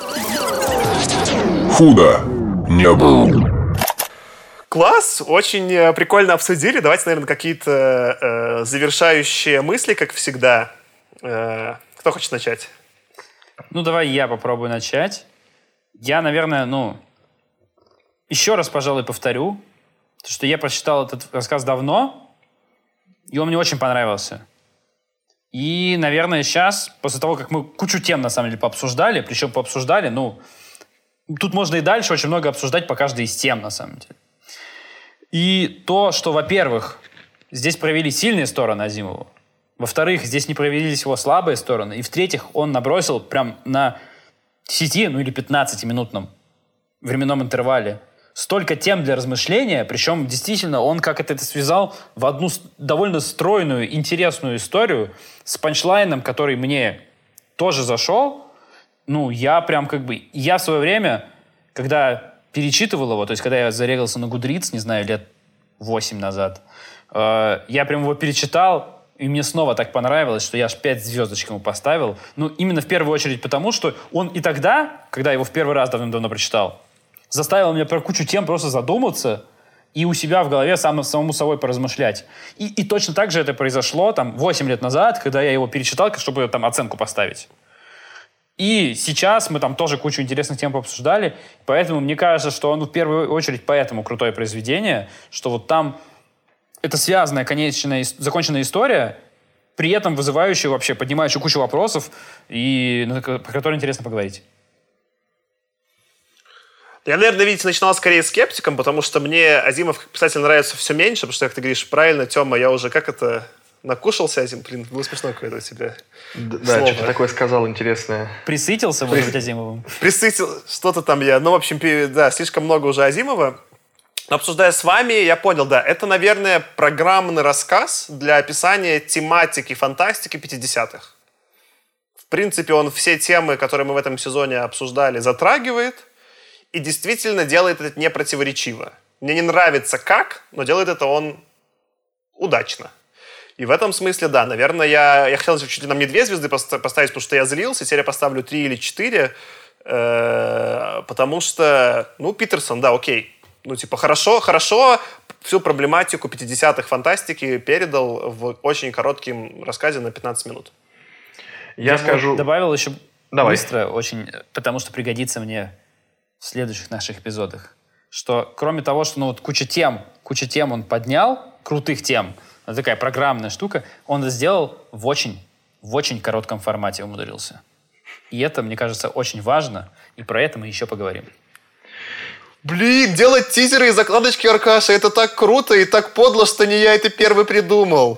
Худо не было. Класс, очень прикольно обсудили. Давайте, наверное, какие-то э, завершающие мысли, как всегда. Э, кто хочет начать? Ну, давай я попробую начать. Я, наверное, ну, еще раз, пожалуй, повторю, что я прочитал этот рассказ давно, и он мне очень понравился. И, наверное, сейчас, после того, как мы кучу тем, на самом деле, пообсуждали, причем пообсуждали, ну, тут можно и дальше очень много обсуждать по каждой из тем, на самом деле. И то, что, во-первых, здесь проявили сильные стороны Азимова, во-вторых, здесь не проявились его слабые стороны, и в-третьих, он набросил прям на десяти, ну или пятнадцатиминутном временном интервале столько тем для размышления, причем действительно он как это связал в одну довольно стройную, интересную историю с панчлайном, который мне тоже зашел. Ну, я прям как бы... Я в свое время, когда перечитывал его, то есть когда я зарегался на Goodreads, не знаю, лет восемь назад, э, я прям его перечитал, и мне снова так понравилось, что я аж пять звездочек ему поставил. Ну, именно в первую очередь потому, что он и тогда, когда я его в первый раз давно-давно прочитал, заставил меня про кучу тем просто задуматься и у себя в голове сам, самому собой поразмышлять. И, и точно так же это произошло там восемь лет назад, когда я его перечитал, чтобы там оценку поставить. И сейчас мы там тоже кучу интересных тем пообсуждали, поэтому мне кажется, что он в первую очередь поэтому крутое произведение, что вот там это связанная, конечная, законченная история, при этом вызывающая вообще, поднимающая кучу вопросов, и, ну, про которые интересно поговорить. Я, наверное, видите, начинал скорее скептиком, потому что мне Азимов как писатель нравится все меньше, потому что, как ты говоришь, правильно, Тёма, я уже как это... Накушался Азим? Блин, было смешно какое-то у тебя Да, слово. Что-то такое сказал интересное. Присытился, может быть, Азимовым? Присытил, что-то там я... Ну, в общем, да, слишком много уже Азимова. Но обсуждая с вами, я понял, да, это, наверное, программный рассказ для описания тематики фантастики пятидесятых. В принципе, он все темы, которые мы в этом сезоне обсуждали, затрагивает и действительно делает это непротиворечиво. Мне не нравится как, но делает это он удачно. И в этом смысле, да, наверное, я, я хотел чуть ли нам не две звезды поставить, потому что я злился, теперь я поставлю три или четыре. Э, потому что, ну, Питерсон, да, окей. Ну, типа, хорошо, хорошо всю проблематику пятидесятых фантастики передал в очень коротком рассказе на пятнадцать минут. Я, Я скажу... добавил еще Давай. быстро, очень, потому что пригодится мне в следующих наших эпизодах, что кроме того, что ну, вот куча тем, куча тем он поднял, крутых тем, это такая программная штука, он это сделал в очень, в очень коротком формате умудрился. И это, мне кажется, очень важно, и про это мы еще поговорим. Блин, делать тизеры и закладочки, Аркаша, это так круто и так подло, что не я это первый придумал.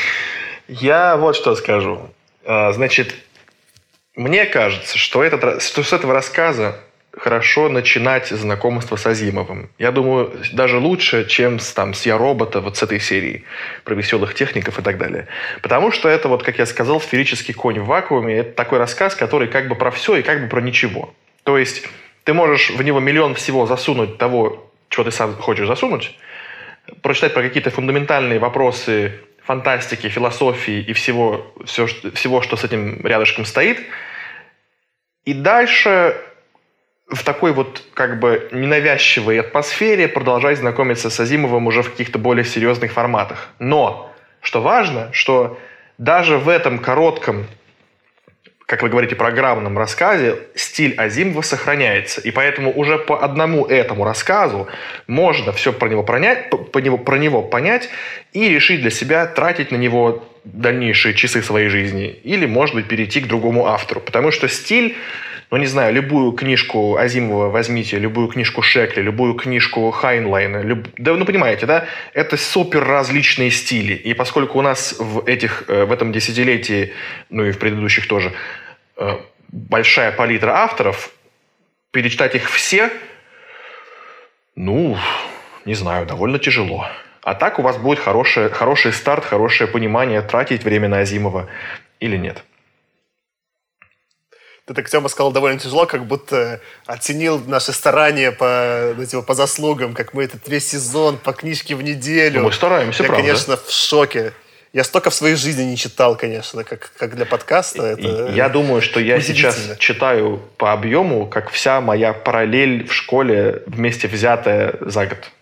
Я вот что скажу. Значит, мне кажется, что, этот, что с этого рассказа хорошо начинать знакомство с Азимовым. Я думаю, даже лучше, чем с, там, с «Я робота», вот с этой серии про веселых техников и так далее. Потому что это, вот, как я сказал, «Сферический конь в вакууме». Это такой рассказ, который как бы про все и как бы про ничего. То есть ты можешь в него миллион всего засунуть того, чего ты сам хочешь засунуть, прочитать про какие-то фундаментальные вопросы фантастики, философии и всего, все, всего, что с этим рядышком стоит. И дальше в такой вот как бы ненавязчивой атмосфере продолжать знакомиться с Азимовым уже в каких-то более серьезных форматах. Но, что важно, что даже в этом коротком, как вы говорите, программном рассказе стиль Азимова сохраняется. И поэтому уже по одному этому рассказу можно все про него, пронять, по него, про него понять и решить для себя, тратить на него дальнейшие часы своей жизни или, может быть, перейти к другому автору. Потому что стиль, ну, не знаю, любую книжку Азимова возьмите, любую книжку Шекли, любую книжку Хайнлайна, люб... да, ну, понимаете, да? Это супер различные стили. И поскольку у нас в, этих, в этом десятилетии, ну и в предыдущих тоже, большая палитра авторов, перечитать их все, ну, не знаю, довольно тяжело. А так у вас будет хороший, хороший старт, хорошее понимание, тратить время на Азимова или нет. Ты так, Тёма, сказал довольно тяжело, как будто оценил наши старания по, ну, типа, по заслугам, как мы этот весь сезон по книжке в неделю. Ну, мы стараемся, Я, правда. конечно, в шоке. Я столько в своей жизни не читал, конечно, как, как для подкаста. Это я думаю, что я сейчас читаю по объему, как вся моя параллель в школе вместе взятая за год.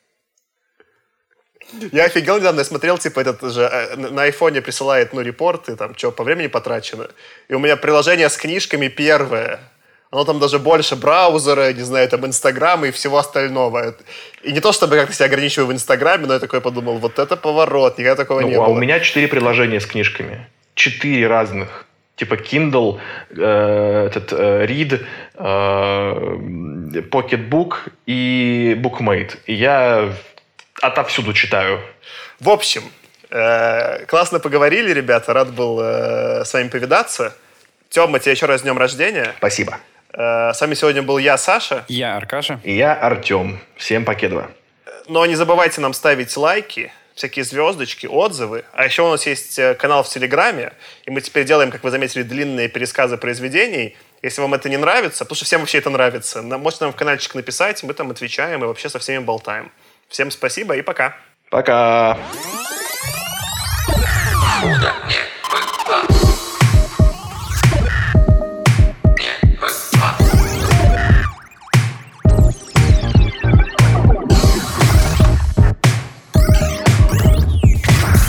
Я офигел недавно, я смотрел, типа, этот же на айфоне присылает, ну, репорты, там, что по времени потрачено. И у меня приложение с книжками первое. Оно там даже больше браузера, не знаю, там, Инстаграма и всего остального. И не то, чтобы как-то себя ограничиваю в Инстаграме, но я такой подумал, вот это поворот, никогда такого ну, не а было. А у меня четыре приложения с книжками. Четыре разных. Типа Kindle, э, этот, э, Read, э, Pocketbook и Bookmate. И я отовсюду читаю. В общем, э, классно поговорили, ребята. Рад был э, с вами повидаться. Тёма, тебе еще раз с днем рождения. Спасибо. С вами сегодня был я, Саша. Я, Аркаша. И я, Артем. Всем покедова. Но не забывайте нам ставить лайки, всякие звездочки, отзывы. А еще у нас есть канал в Телеграме, и мы теперь делаем, как вы заметили, длинные пересказы произведений. Если вам это не нравится, потому что всем вообще это нравится, можете нам в каналчик написать, мы там отвечаем и вообще со всеми болтаем. Всем спасибо и пока. Пока.